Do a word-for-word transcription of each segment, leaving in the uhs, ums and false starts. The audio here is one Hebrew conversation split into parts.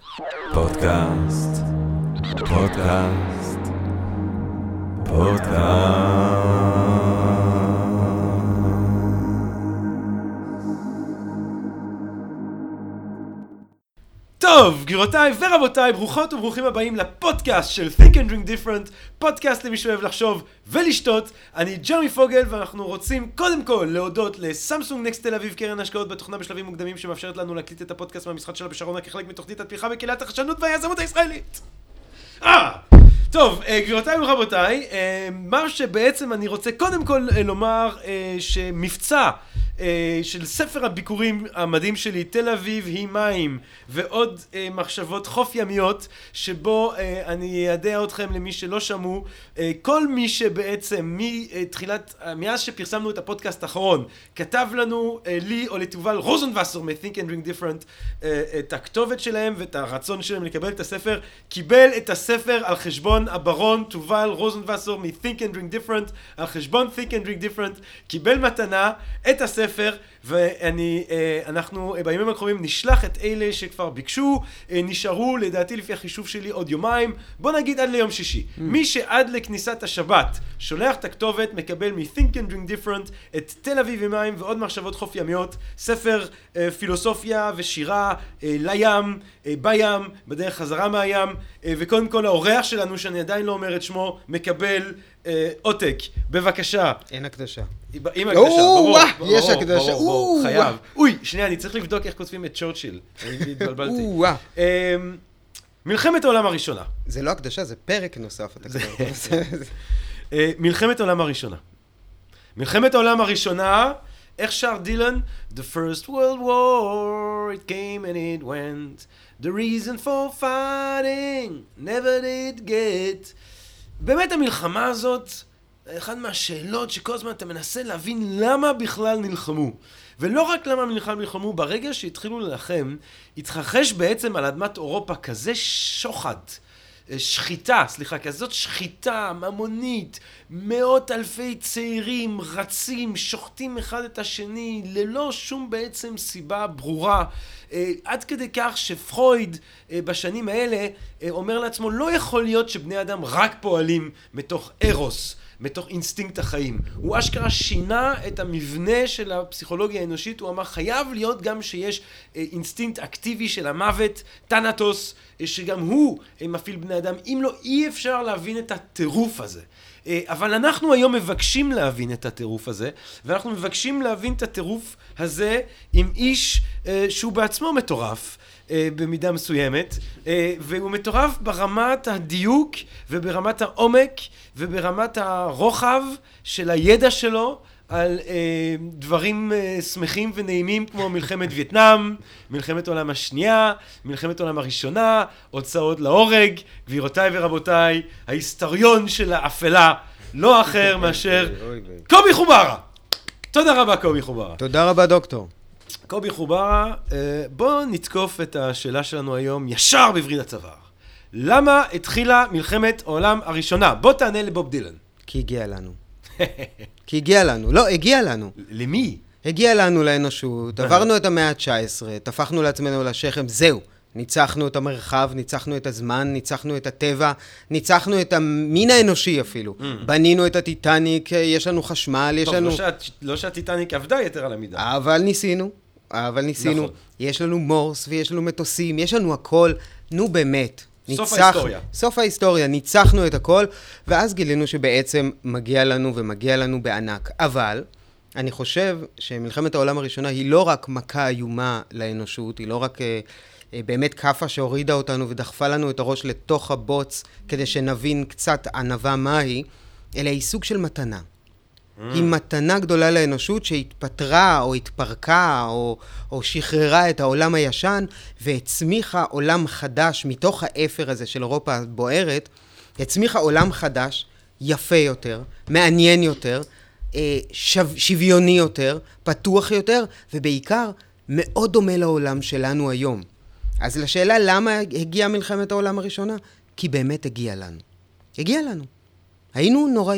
פודקאסט, פודקאסט, פודקאסט. טוב, גבירותיי ורבותיי, ברוכות וברוכים הבאים לפודקאסט של Think and Drink Different, פודקאסט למי שאוהב לחשוב ולשתות. אני ג'רמי פוגל, ואנחנו רוצים קודם כל להודות לסמסונג נקסט תל אביב, קרן השקעות בתוכנה בשלבים מוקדמים, שמאפשרת לנו להקליט את הפודקאסט מהמשחק שלה בשרונה כחלק מתוכנית התמיכה בקהילת החדשנות והיזמות הישראלית. אה! טוב, גבירותיי ורבותיי, מה שבעצם אני רוצה קודם כל לומר, שמבצע של ספר הביקורים המדהים שלי, תל אביב היא מים ועוד מחשבות חוף ימיות, שבו אני אדע אתכם למי שלא שמעו, כל מי שבעצם מתחילת, מאז שפרסמנו את הפודקאסט האחרון, כתב לנו, לי או לתובל רוזנווסר מ-Think and Drink Different, את הכתובת שלהם ואת הרצון שלהם לקבל את הספר, קיבל את הספר על חשבון הברון תובל רוזנווסר מ-Think and Drink Different, על חשבון Think and Drink Different, קיבל מתנה את הספר, ואני, אנחנו בימים הקרובים נשלח את אלה שכבר ביקשו, נשארו לדעתי לפי החישוב שלי עוד יומיים, בוא נגיד עד ליום שישי. Mm. מי שעד לכניסת השבת שולח את הכתובת מקבל מ-Think and Drink Different את תל אביב ומים ועוד מחשבות חוף ימיות, ספר פילוסופיה ושירה לים, בים, בדרך חזרה מהים, וקודם כל האורח שלנו שאני עדיין לא אומר את שמו מקבל עותק, בבקשה. אין הקדשה. עם הקדשה, ברור, יש הקדשה, ברור, חייב. אוי, שנייה, אני צריך לבדוק איך כותבים את צ'ורצ'יל. אני התבלבלתי. מלחמת העולם הראשונה. זה לא הקדשה, זה פרק נוסף. מלחמת העולם הראשונה. מלחמת העולם הראשונה, איך שר דילן? The first world war, it came and it went. The reason for fighting never did get. באמת המלחמה הזאת, אחת מהשאלות שכל הזמן אתה מנסה להבין למה בכלל נלחמו. ולא רק למה בכלל נלחמו, ברגע שהתחילו ללחם, התרחש בעצם על אדמת אירופה כזה שוחד, שחיטה, סליחה, כזאת שחיטה ממונית, מאות אלפי צעירים רצים, שוחטים אחד את השני, ללא שום בעצם סיבה ברורה, עד כדי כך שפרויד בשנים האלה אומר לעצמו, לא יכול להיות שבני אדם רק פועלים מתוך ארוס, מתוך אינסטינקט החיים. הוא אשכרה שינה את המבנה של הפסיכולוגיה האנושית, הוא אמר חייב להיות גם שיש אינסטינקט אקטיבי של המוות, טנטוס, שגם הוא מפעיל בני אדם, אם לא אי אפשר להבין את הטירוף הזה. אבל אנחנו היום מבקשים להבין את הטירוף הזה, ואנחנו מבקשים להבין את הטירוף הזה עם איש שהוא בעצמו מטורף, במידה מסוימת, והוא מטורף ברמת הדיוק וברמת העומק וברמת הרוחב של הידע שלו על דברים שמחים ונעימים כמו מלחמת וייטנאם, מלחמת העולם השנייה, מלחמת העולם הראשונה, הוצאות להורג. גבירותיי ורבותיי, ההיסטוריון של האפלה, לא אחר מאשר קובי חוברה. תודה רבה קובי חוברה. תודה רבה דוקטור. קובי חוברה, בוא נתקוף את השאלה שלנו היום ישר בווריד הצוואר. למה התחילה מלחמת העולם הראשונה? בוא תענה לבוב דילן. כי הגיע לנו. כי הגיע לנו. לא, הגיע לנו. למי? הגיע לנו לאנושות, עברנו את המאה ה-תשע עשרה, טפחנו לעצמנו לשכם, זהו. ניצחנו את המרחב, ניצחנו את הזמן, ניצחנו את הטבע, ניצחנו את המין האנושי אפילו. Mm. בנינו את הטיטניק, יש לנו חשמל, יש טוב, לנו... טוב, לא, שאת, לא שהטיטניק עבדה יותר על המידה. אבל ניסינו, אבל ניסינו. נכון. יש לנו מורס ויש לנו מטוסים, יש לנו הכל. נו באמת. סוף ניצח... ההיסטוריה. סוף ההיסטוריה, ניצחנו את הכל, ואז גילינו שבעצם מגיע לנו ומגיע לנו בענק. אבל אני חושב שמלחמת העולם הראשונה היא לא רק מכה איומה לאנושות, היא לא רק... באמת קפה שהורידה אותנו ודחפה לנו את הראש לתוך הבוץ כדי שנבין קצת ענווה מהי, אלא היא סוג של מתנה. Mm. היא מתנה גדולה לאנושות שהתפטרה או התפרקה או, או שחררה את העולם הישן והצמיחה עולם חדש מתוך האפר הזה של אירופה הבוערת, הצמיחה עולם חדש, יפה יותר, מעניין יותר, שו, שוויוני יותר, פתוח יותר, ובעיקר מאוד דומה לעולם שלנו היום. אז לשאלה למה הגיעה מלחמת העולם הראשונה? כי באמת הגיע לנו. הגיע לנו. היינו נוראים.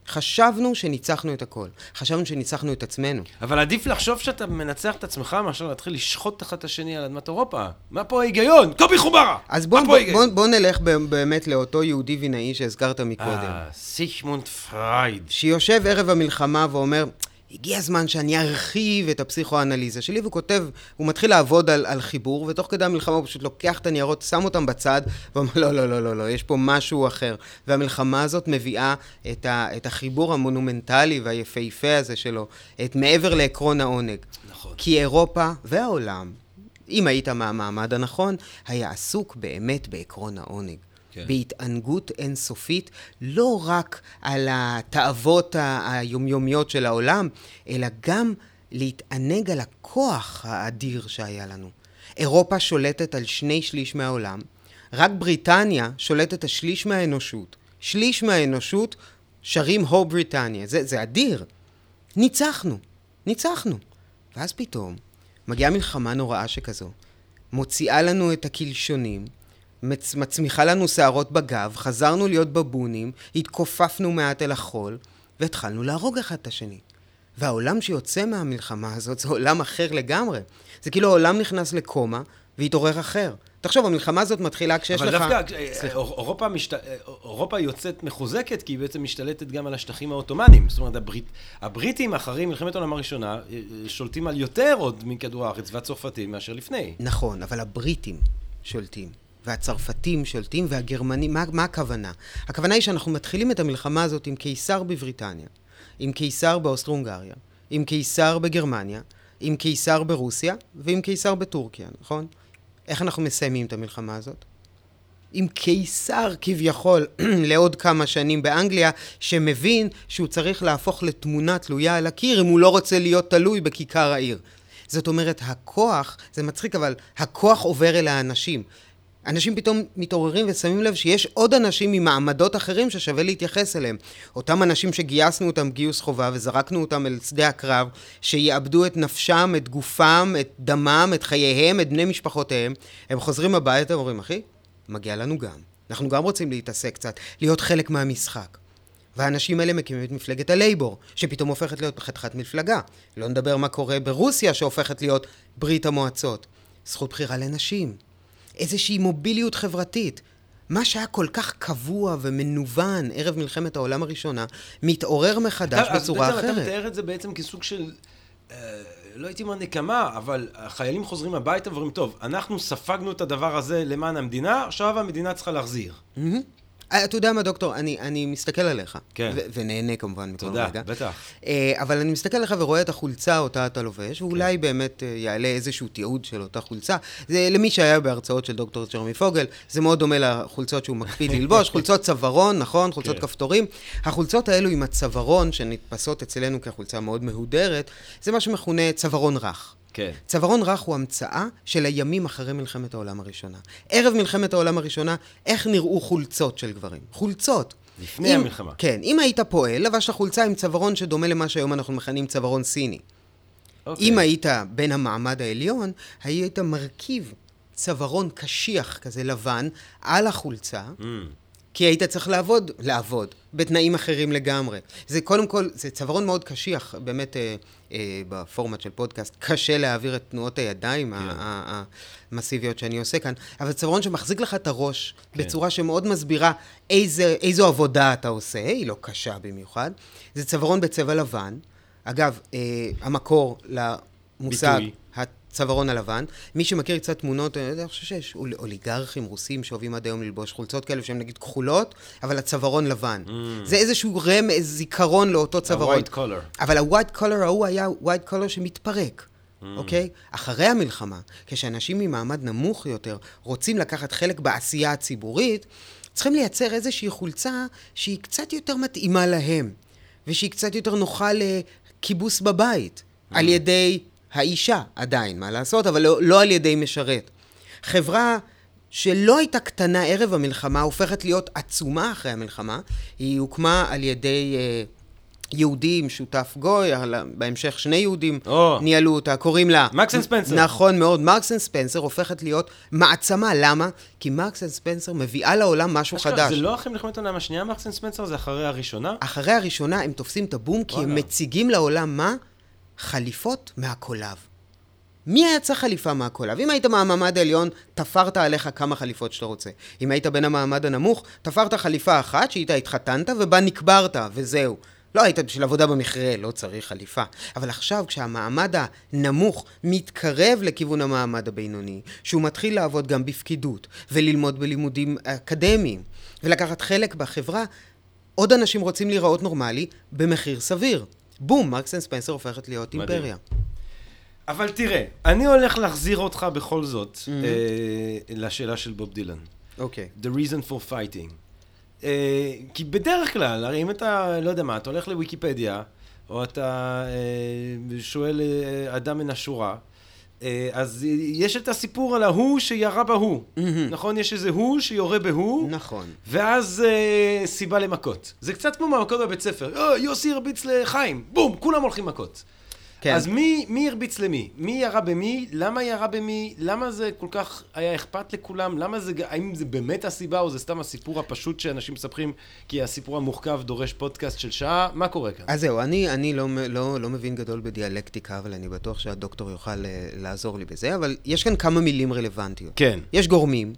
חשבנו שניצחנו את הכל. חשבנו שניצחנו את עצמנו. אבל עדיף לחשוב שאתה מנצח את עצמך, מאשר להתחיל לשחוט אחד את השני על אדמת אירופה. מה פה ההיגיון? קובי חוברה! אז בוא, בוא, בוא, בוא נלך באמת לאותו יהודי וינאי שהזכרת מקודם. אה, סיגמונד פרייד. שיושב ערב המלחמה ואומר, הגיע הזמן שאני ארחיב את הפסיכואנליזה שלי, והוא כותב, הוא מתחיל לעבוד על, על חיבור, ותוך כדי המלחמה הוא פשוט לוקח את הניירות, שם אותם בצד, ואומר, לא, לא, לא, לא, לא, יש פה משהו אחר. והמלחמה הזאת מביאה את, ה, את החיבור המונומנטלי והיפהפה הזה שלו, את מעבר לעקרון העונג. נכון. כי אירופה והעולם, אם היית מהמעמד הנכון, היה עסוק באמת בעקרון העונג. כן. בהתענגות אינסופית, לא רק על התאוות היומיומיות של העולם, אלא גם להתענג על הכוח האדיר שהיה לנו. אירופה שולטת על שני שליש מהעולם, רק בריטניה שולטת על שליש מהאנושות. שליש מהאנושות שרים הו בריטניה, זה, זה אדיר. ניצחנו, ניצחנו. ואז פתאום מגיעה מלחמה נוראה שכזו, מוציאה לנו את הקלשונים, מצ... מצמיחה לנו שערות בגב, חזרנו להיות בבונים, התכופפנו מעט אל החול, והתחלנו להרוג אחד את השני. והעולם שיוצא מהמלחמה הזאת זה עולם אחר לגמרי. זה כאילו העולם נכנס לקומה והתעורר אחר. תחשוב, המלחמה הזאת מתחילה כשיש אבל לך... אבל דווקא, אירופה, משת... אירופה יוצאת מחוזקת, כי היא בעצם משתלטת גם על השטחים העות'מאנים. זאת אומרת, הברית... הבריטים אחרי מלחמת העולם הראשונה שולטים על יותר עוד מכדור הארץ והצרפתים מאשר לפני. נכון, אבל הבריטים שולטים. והצרפתים שולטים, והגרמנים, מה, מה הכוונה? הכוונה היא שאנחנו מתחילים את המלחמה הזאת עם קיסר בבריטניה, עם קיסר באוסטרו-הונגריה, עם קיסר בגרמניה, עם קיסר ברוסיה, ועם קיסר בטורקיה, נכון? איך אנחנו מסיימים את המלחמה הזאת? עם קיסר כביכול לעוד כמה שנים באנגליה, שמבין שהוא צריך להפוך לתמונה תלויה על הקיר, אם הוא לא רוצה להיות תלוי בכיכר העיר. זאת אומרת, הכוח, זה מצחיק, אבל הכוח עובר אל האנשים. אנשים פתאום מתעוררים ושמים לב שיש עוד אנשים ממעמדות אחרים ששווה להתייחס אליהם. אותם אנשים שגייסנו אותם גיוס חובה וזרקנו אותם אל שדה הקרב, שיאבדו את נפשם, את גופם, את דמם, את חייהם, את בני משפחותיהם. הם חוזרים הביתה ואומרים, אחי, מגיע לנו גם. אנחנו גם רוצים להתעסק קצת, להיות חלק מהמשחק. והאנשים האלה מקימים את מפלגת הלייבור, שפתאום הופכת להיות חתיכת מפלגה. לא נדבר מה קורה ברוסיה שהופכת להיות ברית המועצות. זכות בחירה לנשים. איזושהי מוביליות חברתית. מה שהיה כל כך קבוע ומנוון ערב מלחמת העולם הראשונה, מתעורר מחדש אתה, בצורה בעצם אחרת. אתה מתאר את זה בעצם כסוג של, אה, לא הייתי אומר נקמה, אבל החיילים חוזרים הביתה ואומרים, טוב, אנחנו ספגנו את הדבר הזה למען המדינה, עכשיו המדינה צריכה להחזיר. Mm-hmm. אתה יודע מה, דוקטור, אני, אני מסתכל עליך, כן. ו- ונהנה כמובן מכל תודה, רגע. בטח. אבל אני מסתכל עליך ורואה את החולצה אותה אתה לובש, ואולי כן. באמת יעלה איזשהו תיעוד של אותה חולצה. זה למי שהיה בהרצאות של דוקטור ג'רמי פוגל, זה מאוד דומה לחולצות שהוא מקפיד ללבוש, חולצות צווארון, נכון? חולצות כן. כפתורים. החולצות האלו עם הצווארון, שנתפסות אצלנו כחולצה מאוד מהודרת, זה מה שמכונה צווארון רך. כן. צווארון רך הוא המצאה של הימים אחרי מלחמת העולם הראשונה. ערב מלחמת העולם הראשונה, איך נראו חולצות של גברים? חולצות. לפני אם, המלחמה. כן, אם היית פועל, לבש החולצה עם צווארון שדומה למה שהיום אנחנו מכנים צווארון סיני. אוקיי. אם היית בין המעמד העליון, היית מרכיב צווארון קשיח כזה לבן על החולצה, mm. כי היית צריך לעבוד, לעבוד, בתנאים אחרים לגמרי. זה קודם כל, זה צווארון מאוד קשיח, באמת אה, אה, בפורמט של פודקאסט, קשה להעביר את תנועות הידיים כן. המסיביות שאני עושה כאן, אבל צווארון שמחזיק לך את הראש כן. בצורה שמאוד מסבירה איזה, איזו עבודה אתה עושה, היא לא קשה במיוחד. זה צווארון בצבע לבן. אגב, אה, המקור למושג... ביטוי. צווארון הלבן. מי שמכיר קצת תמונות, אני חושב שיש אוליגרכים רוסים שאוהבים עד היום ללבוש חולצות כאלה שהן נגיד כחולות, אבל הצווארון לבן. Mm. זה איזשהו רם, איזה זיכרון לאותו צווארון. ה-white color. אבל ה-white color ההוא היה white color שמתפרק. Mm. אוקיי? אחרי המלחמה, כשאנשים ממעמד נמוך יותר רוצים לקחת חלק בעשייה הציבורית, צריכים לייצר איזושהי חולצה שהיא קצת יותר מתאימה להם, ושהיא קצת יותר נוחה לכיבוס בבית, mm. על ידי... האישה עדיין, מה לעשות, אבל לא, לא על ידי משרת. חברה שלא הייתה קטנה ערב המלחמה, הופכת להיות עצומה אחרי המלחמה. היא הוקמה על ידי אה, יהודים, שותף גוי, בהמשך שני יהודים Oh. ניהלו אותה, קוראים לה... מרקס אנד ספנסר. נכון מאוד, מרקס אנד ספנסר הופכת להיות מעצמה, למה? כי מרקס אנד ספנסר מביאה לעולם משהו חדש. זה לא אחרי מלחמת העולם השנייה, מרקס אנד ספנסר, זה אחרי הראשונה? אחרי הראשונה הם תופסים את הבום, כי הם מציגים לעולם מה? חליפות מהקולב. מי היה צריך חליפה מהקולב? אם היית מהמעמד העליון, תפרת עליך כמה חליפות שאתה רוצה. אם היית בין המעמד הנמוך, תפרת חליפה אחת שאיתה התחתנת ובה נקברת, וזהו. לא היית בשביל עבודה במכרה, לא צריך חליפה. אבל עכשיו, כשהמעמד הנמוך מתקרב לכיוון המעמד הבינוני, שהוא מתחיל לעבוד גם בפקידות, וללמוד בלימודים אקדמיים, ולקחת חלק בחברה, עוד אנשים רוצים להיראות נורמלי במחיר סביר. בום, מרקס אנד ספנסר הופכת להיות מדהים. אימפריה. אבל תראה, אני הולך להחזיר אותך בכל זאת mm-hmm. אה, לשאלה של בוב דילן. אוקיי. Okay. The reason for fighting. אה, כי בדרך כלל, הרי אם אתה, לא יודע מה, אתה הולך לוויקיפדיה, או אתה אה, שואל אה, אדם מן השורה, אה, אז יש את הסיפור על ההוא שירה בהוא. Mm-hmm. נכון? יש איזה הוא שיורה בהוא. נכון. ואז אה, סיבה למכות. זה קצת כמו מהמכות בבית ספר. אה, יוסי הרביץ לחיים. בום, כולם הולכים מכות. כן. אז מי, מי הרביץ למי? מי ירה במי? למה ירה במי? למה זה כל כך היה אכפת לכולם? למה זה, האם זה באמת הסיבה או זה סתם הסיפור הפשוט שאנשים מספרים כי הסיפור המוחכב דורש פודקאסט של שעה? מה קורה כאן? אז זהו, אני, אני לא, לא, לא מבין גדול בדיאלקטיקה, אבל אני בטוח שהדוקטור יוכל לעזור לי בזה, אבל יש כאן כמה מילים רלוונטיות. כן. יש גורמים,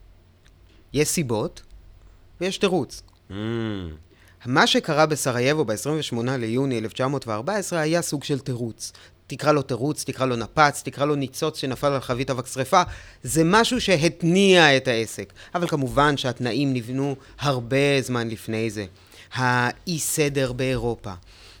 יש סיבות, ויש תירוץ. Mm. מה שקרה בסרייבו ב-עשרים ושמונה ליוני אלף תשע מאות וארבע עשרה היה סוג של תירוץ. תקרא לו תירוץ, תקרא לו נפץ, תקרא לו ניצוץ שנפל על חבית אבק שריפה. זה משהו שהתניע את העסק. אבל כמובן שהתנאים נבנו הרבה זמן לפני זה. האי סדר באירופה.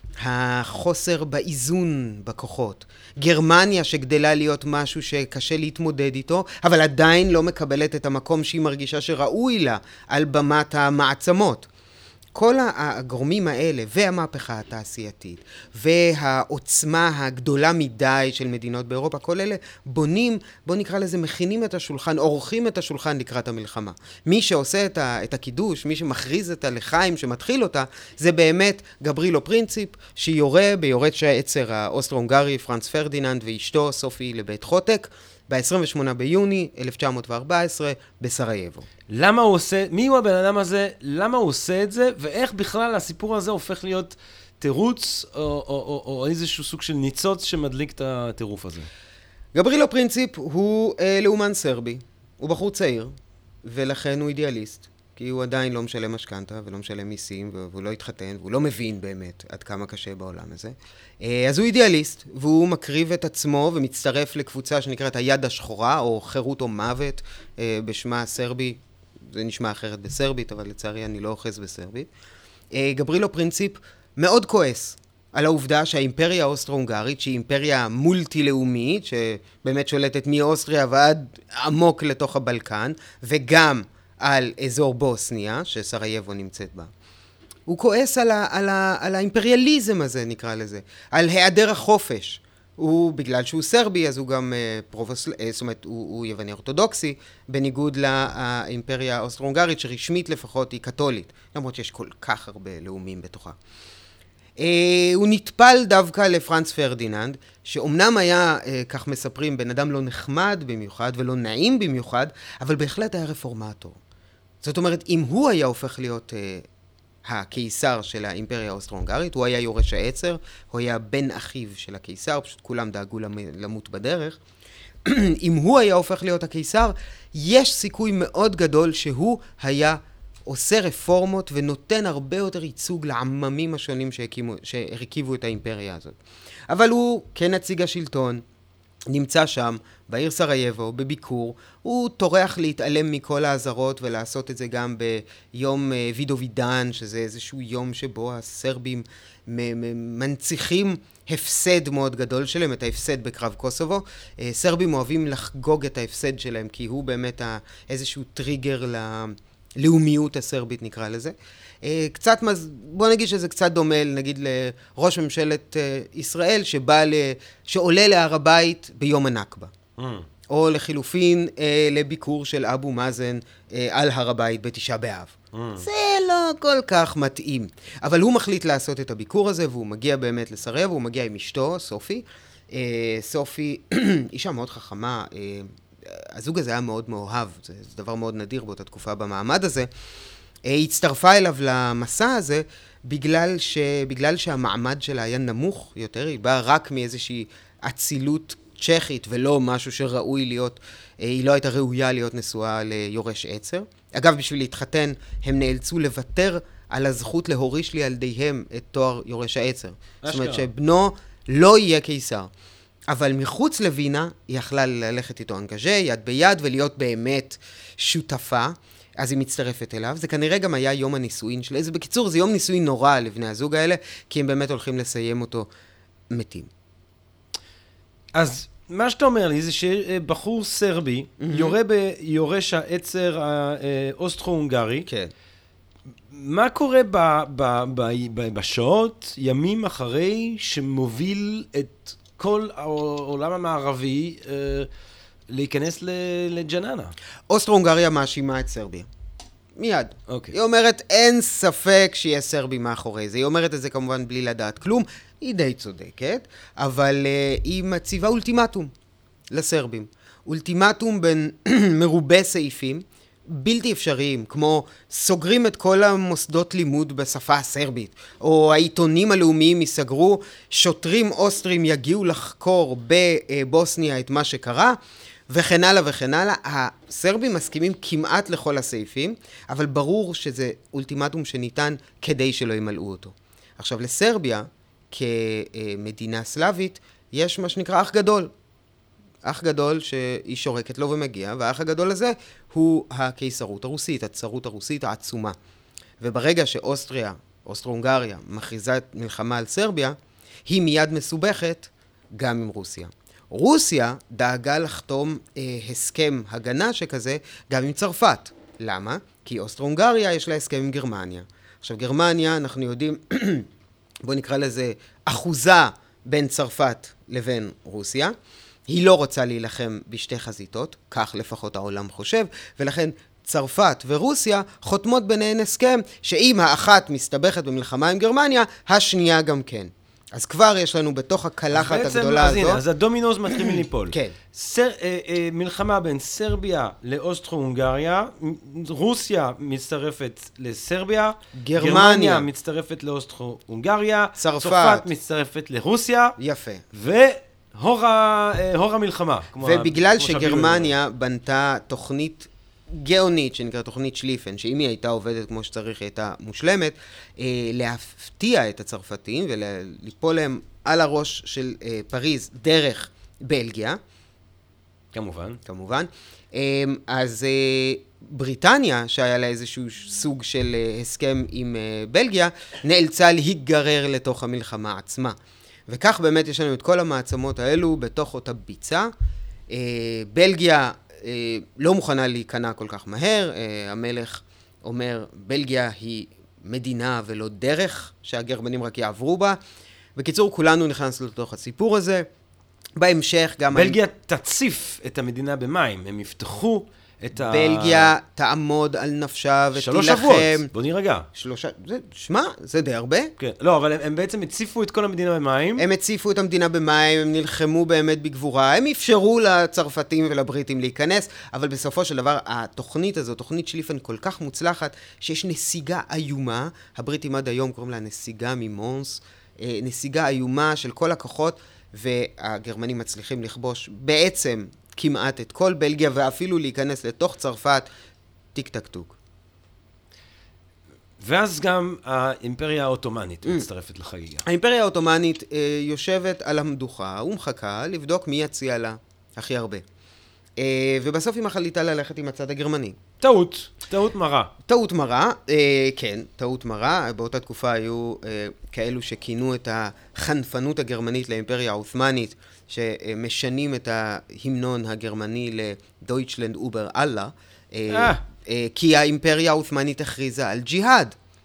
החוסר באיזון בכוחות. גרמניה שגדלה להיות משהו שקשה להתמודד איתו, אבל עדיין לא מקבלת את המקום שהיא מרגישה שראוי לה על במת המעצמות. כל הגורמים האלה והמהפכה התעשייתית והעוצמה הגדולה מדי של מדינות באירופה, כל אלה בונים, בוא נקרא לזה, מכינים את השולחן, עורכים את השולחן לקראת המלחמה. מי שעושה את, ה, את הקידוש, מי שמכריז את הלחיים שמתחיל אותה, זה באמת גברילו פרינציפ, שיורה ביורש העצר האוסטרו-הונגרי פרנץ פרדיננד ואשתו סופי לבית חוטק, ב-עשרים ושמונה ביוני אלף תשע מאות וארבע עשרה בסרייבו. למה הוא עושה, מי הוא הבן אדם הזה, למה הוא עושה את זה, ואיך בכלל הסיפור הזה הופך להיות תירוץ, או, או, או, או איזשהו סוג של ניצוץ שמדליק את הטירוף הזה? גברילו פרינציפ הוא אה, לאומן סרבי, הוא בחור צעיר, ולכן הוא אידיאליסט, כי הוא עדיין לא משלם משכנתה ולא משלם מיסים, והוא לא התחתן, והוא לא מבין באמת עד כמה קשה בעולם הזה. אז הוא אידיאליסט, והוא מקריב את עצמו ומצטרף לקבוצה שנקראת היד השחורה, או חירות או מוות, בשמה סרבי, זה נשמע אחרת בסרבית, אבל לצערי אני לא אוחז בסרבית. גברילו פרינציפ מאוד כועס על העובדה שהאימפריה האוסטרו-הונגרית, שהיא אימפריה מולטי-לאומית, שבאמת שולטת מאוסטריה ועד עמוק לתוך הבלקן, וגם על אזור בוסניה, שסרייבו נמצאת בה. הוא כועס על, ה, על, ה, על האימפריאליזם הזה, נקרא לזה, על היעדר החופש. הוא, בגלל שהוא סרבי, אז הוא גם פרובוס, זאת אומרת, הוא, הוא יווני אורתודוקסי, בניגוד לאימפריה האוסטרו-הונגרית, שרשמית לפחות היא קתולית, למרות שיש כל כך הרבה לאומים בתוכה. הוא נטפל דווקא לפרנץ פרדיננד, שאומנם היה, כך מספרים, בן אדם לא נחמד במיוחד ולא נעים במיוחד, אבל בהחלט היה רפורמטור. זאת אומרת, אם הוא היה הופך להיות הקיסר של האימפריה האוסטרו-הונגרית, הוא היה יורש העצר, הוא היה בן אחיו של הקיסר, פשוט כולם דאגו למות בדרך. אם הוא היה הופך להיות הקיסר, יש סיכוי מאוד גדול שהוא היה עושה רפורמות ונותן הרבה יותר ייצוג לעממים השונים שהקימו, שהרכיבו את האימפריה הזאת. אבל הוא, כנציג השלטון, נמצא שם, בעיר סרייבו, בביקור, הוא טורח להתעלם מכל העזרות ולעשות את זה גם ביום וידובידן, שזה איזשהו יום שבו הסרבים מנציחים הפסד מאוד גדול שלהם, את ההפסד בקרב קוסובו. סרבים אוהבים לחגוג את ההפסד שלהם, כי הוא באמת איזשהו טריגר ל... לאומיות הסרבית נקרא לזה. קצת, בוא נגיד שזה קצת דומה, נגיד לראש ממשלת ישראל שבא ל... שעולה להר הבית ביום הנכבה. Mm. או לחילופין אה, לביקור של אבו מאזן אה, על הר הבית בתשעה באב. Mm. זה לא כל כך מתאים. אבל הוא מחליט לעשות את הביקור הזה, והוא מגיע באמת לסריה, והוא מגיע עם אשתו, סופי. אה, סופי, אישה מאוד חכמה, אה, הזוג הזה היה מאוד מאוהב, זה, זה דבר מאוד נדיר באותה תקופה במעמד הזה. היא הצטרפה אליו למסע הזה בגלל, ש... בגלל שהמעמד שלה היה נמוך יותר, היא באה רק מאיזושהי אצילות צ'כית ולא משהו שראוי להיות, היא לא הייתה ראויה להיות נשואה ליורש עצר. אגב, בשביל להתחתן הם נאלצו לוותר על הזכות להוריש לילדיהם את תואר יורש העצר. זאת אומרת שבנו לא יהיה קיסר. אבל מחוץ לווינה היא יכלה ללכת איתו אנגז'ה, יד ביד, ולהיות באמת שותפה. אז היא מצטרפת אליו. זה כנראה גם היה יום הנישואין שלה. זה בקיצור, זה יום נישואין נורא לבני הזוג האלה, כי הם באמת הולכים לסיים אותו מתים. אז מה שאתה אומר לי זה שבחור סרבי mm-hmm. יורה ביורש העצר האוסטרו-הונגרי. כן. מה קורה ב- ב- ב- ב- בשעות, ימים אחרי, שמוביל את כל העולם המערבי אה, להיכנס לג'ננה? אוסטרו-הונגריה מאשימה את סרביה. מיד. אוקיי. היא אומרת, אין ספק שיהיה סרבי מאחורי זה. היא אומרת את זה כמובן בלי לדעת כלום. היא די צודקת, אבל uh, היא מציבה אולטימטום לסרבים. אולטימטום בין מרובה סעיפים, בלתי אפשריים, כמו סוגרים את כל המוסדות לימוד בשפה הסרבית, או העיתונים הלאומיים ייסגרו, שוטרים אוסטרים יגיעו לחקור בבוסניה את מה שקרה, וכן הלאה וכן הלאה. הסרבים מסכימים כמעט לכל הסעיפים, אבל ברור שזה אולטימטום שניתן כדי שלא ימלאו אותו. עכשיו, לסרביה, כמדינה סלאבית, יש מה שנקרא אח גדול. אח גדול שהיא שורקת לו ומגיע, והאח הגדול הזה הוא הקיסרות הרוסית, הצרות הרוסית העצומה. וברגע שאוסטריה, אוסטרו-הונגריה, מכריזה את מלחמה על סרביה, היא מיד מסובכת גם עם רוסיה. רוסיה דאגה לחתום אה, הסכם הגנה שכזה גם עם צרפת. למה? כי אוסטרו-הונגריה יש לה הסכם עם גרמניה. עכשיו גרמניה, אנחנו יודעים, בוא נקרא לזה אחוזה בין צרפת לבין רוסיה. היא לא רוצה להילחם בשתי חזיתות, כך לפחות העולם חושב, ולכן צרפת ורוסיה חותמות ביניהן הסכם שאם האחת מסתבכת במלחמה עם גרמניה, השנייה גם כן. אז כבר יש לנו בתוך הקלחת הגדולה אז הזו. הנה, אז הדומינוס מתחילים ליפול. כן. סר, אה, אה, מלחמה בין סרביה לאוסטרו-הונגריה, רוסיה מצטרפת לסרביה, גרמניה, גרמניה מצטרפת לאוסטרו-הונגריה, צרפת. צרפת מצטרפת לרוסיה, יפה. והור ה, אה, הור המלחמה. כמו ובגלל כמו שגרמניה בנתה תוכנית גאונית, שנקרא תוכנית שליפן, שאם היא הייתה עובדת כמו שצריך, היא הייתה מושלמת, אה, להפתיע את הצרפתים וליפול להם על הראש של אה, פריז דרך בלגיה. כמובן. כמובן. אה, אז אה, בריטניה, שהיה לה איזשהו סוג של אה, הסכם עם אה, בלגיה, נאלצה להיגרר לתוך המלחמה עצמה. וכך באמת יש לנו את כל המעצמות האלו בתוך אותה ביצה. אה, בלגיה לא מוכנה להיכנע כל כך מהר. המלך אומר, בלגיה היא מדינה ולא דרך שהגרמנים רק יעברו בה. בקיצור, כולנו נכנסנו לתוך הסיפור הזה. בהמשך גם... בלגיה תציף את המדינה במים, הם יפתחו את ה... בלגיה תעמוד על נפשה ותילחם. שלוש שבועות, בוא נרגע. שלושה... זה, שמה, זה די הרבה. כן, לא, אבל הם, הם בעצם הציפו את כל המדינה במים. הם הציפו את המדינה במים, הם נלחמו באמת בגבורה, הם אפשרו לצרפתים ולבריטים להיכנס, אבל בסופו של דבר התוכנית הזו, תוכנית שליפן כל כך מוצלחת, שיש נסיגה איומה, הבריטים עד היום קוראים לה נסיגה ממונס, נסיגה איומה של כל הכוחות, והגרמנים מצליחים לכבוש בעצם כמעט את כל בלגיה, ואפילו להיכנס לתוך צרפת, טיק טק טוק. ואז גם האימפריה האוטומנית mm. מצטרפת לחגיגה. האימפריה האוטומנית אה, יושבת על המדוכה ומחכה לבדוק מי יציע לה הכי הרבה. אה, ובסוף היא מחליטה ללכת עם הצד הגרמני. טעות, טעות מרה. טעות מרה, אה, כן, טעות מרה. באותה תקופה היו אה, כאלו שכינו את החנפנות הגרמנית לאימפריה העות'מאנית, שמשנים את ההמנון הגרמני לדויטשלנד אובר אללה, אה, אה. אה, כי האימפריה העות'מאנית הכריזה על ג'יהאד.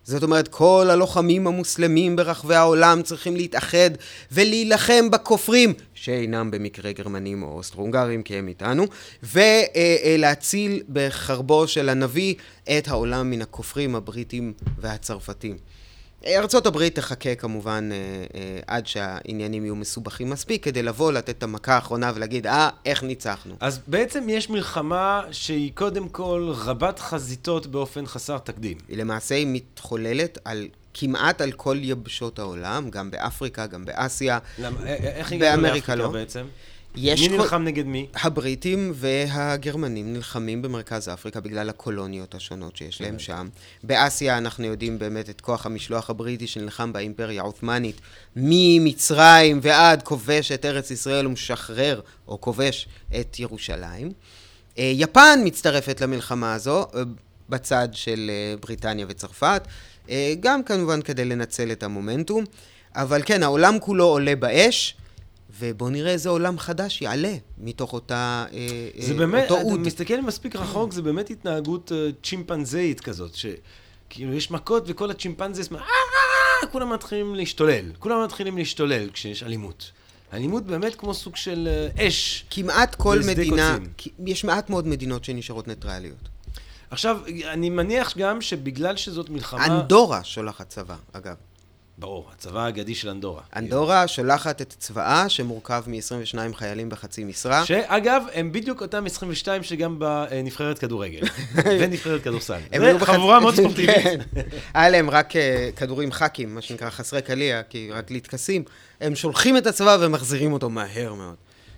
זאת אומרת, כל הלוחמים המוסלמים ברחבי העולם צריכים להתאחד ולהילחם בכופרים, שאינם במקרה גרמנים או אוסטרו-הונגרים, כי הם איתנו, ולהציל בחרבו של הנביא את העולם מן הכופרים הבריטים והצרפתים. ארצות הברית תחכה כמובן עד שהעניינים יהיו מסובכים מספיק, כדי לבוא, לתת את המכה האחרונה ולהגיד, אה, איך ניצחנו. אז בעצם יש מלחמה שהיא קודם כל רבת חזיתות באופן חסר תקדים. היא למעשה היא מתחוללת על כמעט על כל יבשות העולם, גם באפריקה, גם באסיה. למה, איך הגענו לאפריקה לא? בעצם? מי נלחם כל... נגד מי? הבריטים והגרמנים נלחמים במרכז אפריקה בגלל הקולוניות השונות שיש להם שם. באסיה אנחנו יודעים באמת את כוח המשלוח הבריטי שנלחם באימפריה העות'מאנית, ממצרים ועד כובש את ארץ ישראל ומשחרר או כובש את ירושלים. יפן מצטרפת למלחמה הזו בצד של בריטניה וצרפת, גם כמובן כדי לנצל את המומנטום, אבל כן, העולם כולו עולה באש, ובוא נראה איזה עולם חדש יעלה מתוך אותה, זה באמת, אתה מסתכל מספיק רחוק, זה באמת התנהגות צ'ימפנזאית כזאת, שכאילו יש מכות וכל הצ'ימפנזיס, כולם מתחילים להשתולל, כולם מתחילים להשתולל כשיש אלימות. אלימות באמת כמו סוג של אש. כמעט כל מדינה, יש מעט מאוד מדינות שנשארות ניטרליות. עכשיו, אני מניח גם שבגלל שזאת מלחמה... אנדורה שולחת צבא, אגב. ברור, הצבא האגדי של אנדורה. אנדורה שולחת את צבאה שמורכב מ-עשרים ושניים חיילים בחצי משרה. שאגב, הם בדיוק אותם עשרים ושתיים שגם בנבחרת כדורגל. ונבחרת כדורסל. זה חבורה מאוד ספורטיבית. היה להם רק כדורים חקים, מה שנקרא חסרי קליע, כי רק להתכסים. הם שולחים את הצבא ומחזירים אותו מהר מאוד.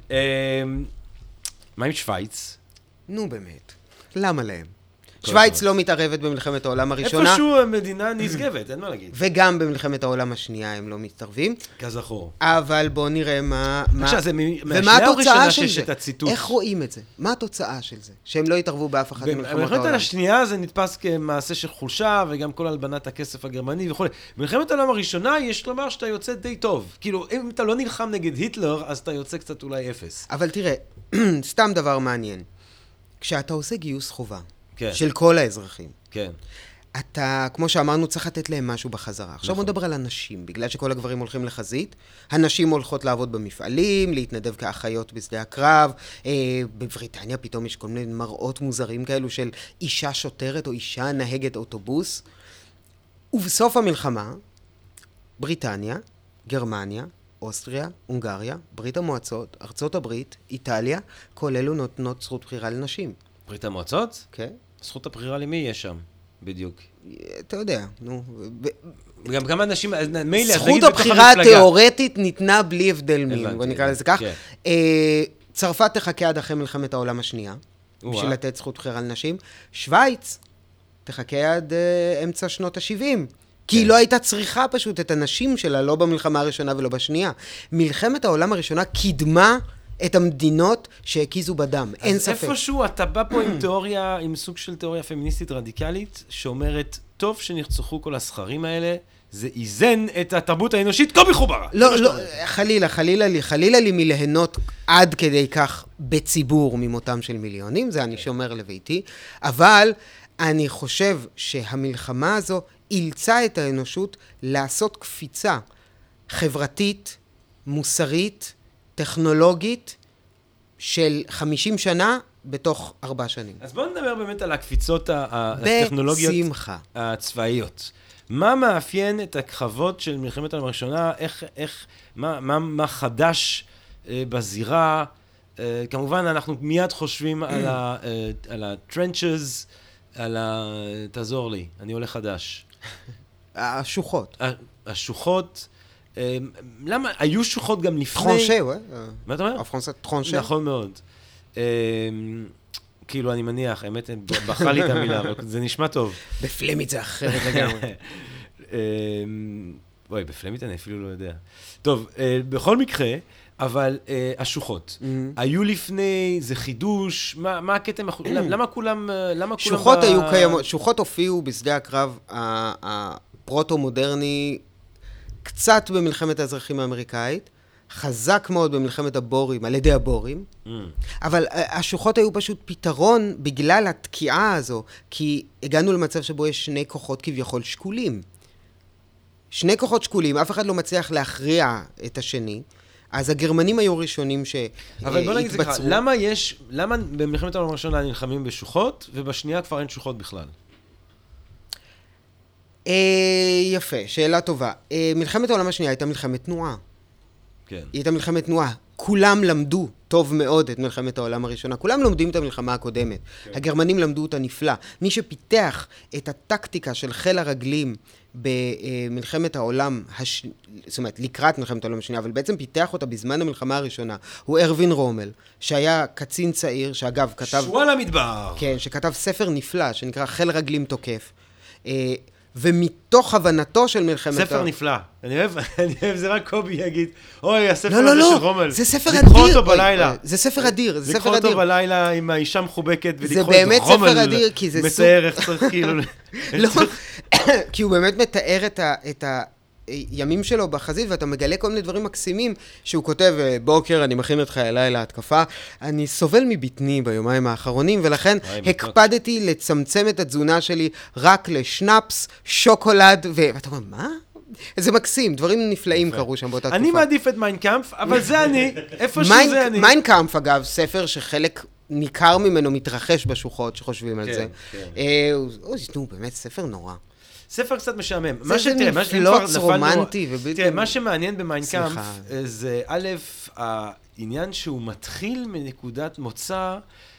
מה עם שוויץ? נו באמת, למה להם? שוויץ לא מתערבת במלחמת העולם הראשונה. איפשהו מדינה נשגבת, אין מה להגיד. וגם במלחמת העולם השנייה הם לא מתערבים. כזכור. אבל בואו נראה מה... עכשיו, זה מהשנייה הראשונה שיש את הציטוט. איך רואים את זה? מה התוצאה של זה? שהם לא יתערבו באף אחת במלחמות העולם. במלחמת השנייה זה נתפס כמעשה של חולשה, וגם כל הלבנת הכסף הגרמני וכו'. במלחמת העולם הראשונה יש לומר שאתה יוצא די טוב. כאילו, אם אתה לא נלחם נגד היטלר, אז אתה יוצא קצת אולי אפס. אבל תראה, סתם דבר מעניין. כשאתה עושה גיוס חובה, כן. של כל האזרחים. כן. אתה, כמו שאמרנו, צריך לתת להם משהו בחזרה. עכשיו בוא נדבר על הנשים, בגלל שכל הגברים הולכים לחזית, הנשים הולכות לעבוד במפעלים, להתנדב כאחיות בשדה הקרב, אה, בבריטניה פתאום יש כל מיני מראות מוזרים כאלו של אישה שוטרת או אישה נהגת אוטובוס, ובסוף המלחמה, בריטניה, גרמניה, אוסטריה, הונגריה, ברית המועצות, ארצות הברית, איטליה, כל אלו נותנות זכות בחירה לנשים. ברית המועצות? כן. זכות הבחירה למי יש שם, בדיוק? אתה יודע, נו. גם כמה אנשים, זכות הבחירה התיאורטית ניתנה בלי הבדל מין, בוא נקרא לזה כך. צרפת תחכה עד אחרי מלחמת העולם השנייה, בשביל לתת זכות בחירה לנשים. שוויץ תחכה עד אמצע שנות ה-שבעים. כי היא לא הייתה צריכה פשוט את הנשים שלה, לא במלחמה הראשונה ולא בשנייה. מלחמת העולם הראשונה קידמה את המדינות שהקיזו בדם, אין ספק. אז איפשהו אתה בא פה עם תיאוריה, עם סוג של תיאוריה פמיניסטית רדיקלית, שאומרת, טוב שנרצחו כל הסחרים האלה, זה איזן את התרבות האנושית, כה מחוברה. לא, לא, חלילה, חלילה לי, חלילה לי מלהנות עד כדי כך בציבור ממותם של מיליונים, זה אני שומר לביתי, אבל אני חושב שהמלחמה הזו אילצה את האנושות לעשות קפיצה חברתית, מוסרית, טכנולוגית של חמישים שנה בתוך ארבע שנים. אז בואו נדבר באמת על הקפיצות הטכנולוגיות בשמחה. הצבאיות. מה מאפיין את הקרבות של מלחמת העולם הראשונה? איך, איך, מה, מה, מה חדש אה, בזירה? אה, כמובן, אנחנו מיד חושבים על ה, אה, על הטרנצ'ז, על ה... תעזור לי, אני עולה חדש. השוחות. השוחות. למה? היו שוחות גם לפני... טרנשה, וואי. מה אתה אומר? הפרנסה טרנשה. נכון מאוד. כאילו, אני מניח, האמת, בחרה לי את המילה, אבל זה נשמע טוב. בפלמית זה אחרת לגמרי. וואי, בפלמית אני אפילו לא יודע. טוב, בכל מקרה, אבל השוחות. היו לפני, זה חידוש, מה הקטע? למה כולם... שוחות היו קיימות, שוחות הופיעו בשדה הקרב הפרוטו-מודרני, קצת במלחמת האזרחים האמריקאית, חזק מאוד במלחמת הבורים, על ידי הבורים, mm. אבל השוחות היו פשוט פתרון בגלל התקיעה הזו, כי הגענו למצב שבו יש שני כוחות כביכול שקולים. שני כוחות שקולים, אף אחד לא מצליח להכריע את השני, אז הגרמנים היו ראשונים שהתבצרו. אבל בוא נגיד זה ככה, למה יש, למה במלחמת העולם הראשונה נלחמים בשוחות, ובשנייה כבר אין שוחות בכלל? יפה, שאלה טובה. מלחמת העולם השנייה הייתה מלחמת תנועה. כן. היא הייתה מלחמת תנועה. כולם למדו טוב מאוד את מלחמת העולם הראשונה. כולם לומדים את המלחמה הקודמת. כן. הגרמנים למדו אותה נפלא. מי שפיתח את הטקטיקה של חיל הרגלים במלחמת העולם, הש... זאת אומרת, לקראת מלחמת העולם השנייה, אבל בעצם פיתח אותה בזמן המלחמה הראשונה, הוא ארווין רומל, שהיה קצין צעיר, שאגב כתב... שועל המדבר. כן, שכתב ספר נפלא, שנקרא חיל רגלים תוקף. ומתוך הבנתו של מלחמת... ספר נפלא. אני אוהב, אני אוהב, זה רק קובי יגיד, אוי, הספר הזה לא, לא, של לא. רומל. זה ספר אדיר. לקחו אותו בלילה. זה ספר אדיר, זה ספר אדיר. לקחו אותו בלילה עם האישה מחובקת, זה ולקחו את באמת רומל. ספר אדיר, כי זה סוג... מתאר איך צריך כאילו... לא, כי הוא באמת מתאר את ה... את ה... ימים שלו בחזית, ואתה מגלה כל מיני דברים מקסימים, שהוא כותב, בוקר, אני מכין את חיילי להתקפה, אני סובל מבטני ביומיים האחרונים, ולכן הקפדתי לצמצם את התזונה שלי רק לשנאפס, שוקולד, ואתה אומר, מה? זה מקסים, דברים נפלאים קרו שם באותה תקופה. אני מעדיף את מיינקאמפ, אבל זה אני, איפה שזה אני. מיינקאמפ, אגב, ספר שחלק ניכר ממנו מתרחש בשוחות, שחושבים על זה. נו, באמת, ספר נורא. ספר קצת משעמם. זה נפלוץ רומנטי ובלתי... תראה, מה שמעניין במיינקאמפ זה א', העניין שהוא מתחיל מנקודת מוצא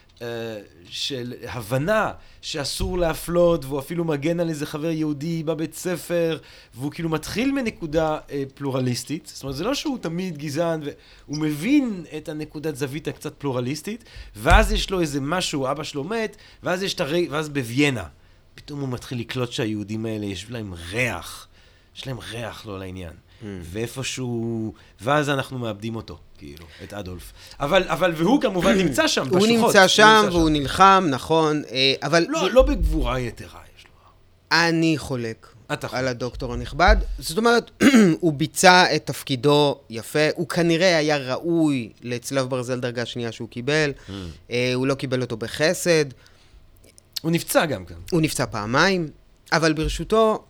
של הבנה שאסור להפלות, והוא אפילו מגן על איזה חבר יהודי בבית ספר, והוא כאילו מתחיל מנקודה פלורליסטית. זאת אומרת, זה לא שהוא תמיד גזען, והוא מבין את הנקודת זווית הקצת פלורליסטית, ואז יש לו איזה משהו, אבא שלו מת, ואז יש את הרי... ואז בוויינה. פתאום הוא מתחיל לקלוט שהיהודים האלה, יש להם ריח, יש להם ריח לא לעניין. Mm. ואיפשהו, ואז אנחנו מאבדים אותו, כאילו, את אדולף. אבל, אבל, והוא כמובן נמצא שם בשוחות. הוא נמצא שם, והוא נלחם, נכון, אבל... לא, לא בגבורה יתרה יש לו. אני חולק על הדוקטור הנכבד. זאת אומרת, הוא ביצע את תפקידו יפה, הוא כנראה היה ראוי לצלב ברזל דרגה שנייה שהוא קיבל, mm. הוא לא קיבל אותו בחסד, הוא נפצע גם כאן. הוא נפצע פעמיים, אבל ברשותו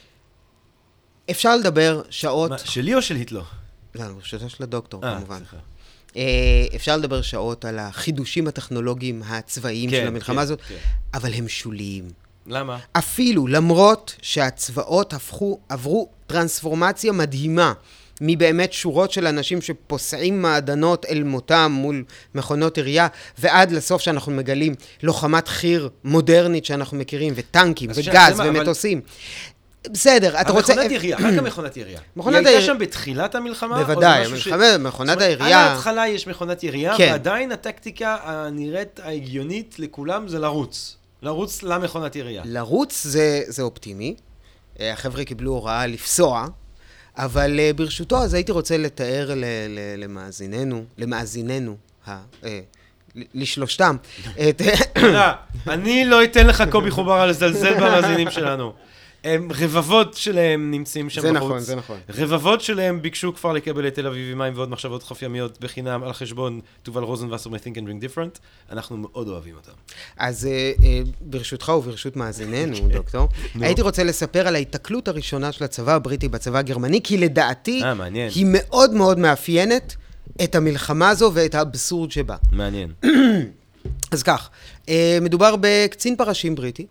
אפשר לדבר שעות... מה, שלי או של היטלר? לא, ברשותו של הדוקטור, 아, כמובן. סליחה. אפשר לדבר שעות על החידושים הטכנולוגיים הצבאיים כן, של המלחמה כן, הזאת, כן. אבל הם שוליים. למה? אפילו, למרות שהצבאות הפכו, עברו טרנספורמציה מדהימה, מבאמת שורות של אנשים שפוסעים מעדנות אל מותם מול מכונות עירייה, ועד לסוף שאנחנו מגלים לוחמת חי"ר מודרנית שאנחנו מכירים, וטנקים, וגז, ומטוסים. בסדר, אתה רוצה... המכונת ירייה, רק המכונת ירייה. היא הייתה שם בתחילת המלחמה? בוודאי, מכונת הירייה... על ההתחלה יש מכונת ירייה, ועדיין הטקטיקה הנראית ההגיונית לכולם זה לרוץ. לרוץ למכונת ירייה. לרוץ זה אופטימי. החבר'ה קיבלו הוראה לפסוע, אבל uh, ברשותו, אז הייתי רוצה לתאר ל- ל- למאזיננו, למאזיננו, ה- אה, לשלושתם. את... אני לא אתן לך קובי חובר לזלזל במאזינים שלנו. הם, רבבות שלהם נמצאים שם זה בחוץ. נכון, זה נכון. רבבות שלהם ביקשו כבר לקבל את תל אביב עם מים ועוד מחשבות חוף ימיות בחינם על חשבון תובל רוזנווסר מ- Think and Drink Different. אנחנו מאוד אוהבים אותם. אז uh, uh, ברשותך וברשות מאזיננו, דוקטור, הייתי רוצה לספר על ההתקלות הראשונה של הצבא הבריטי בצבא הגרמני, כי לדעתי אה, מעניין. היא מאוד מאוד מאפיינת את המלחמה הזו ואת האבסורד שבה. מעניין. אז כך, uh, מדובר בקצין פרשים בריטי,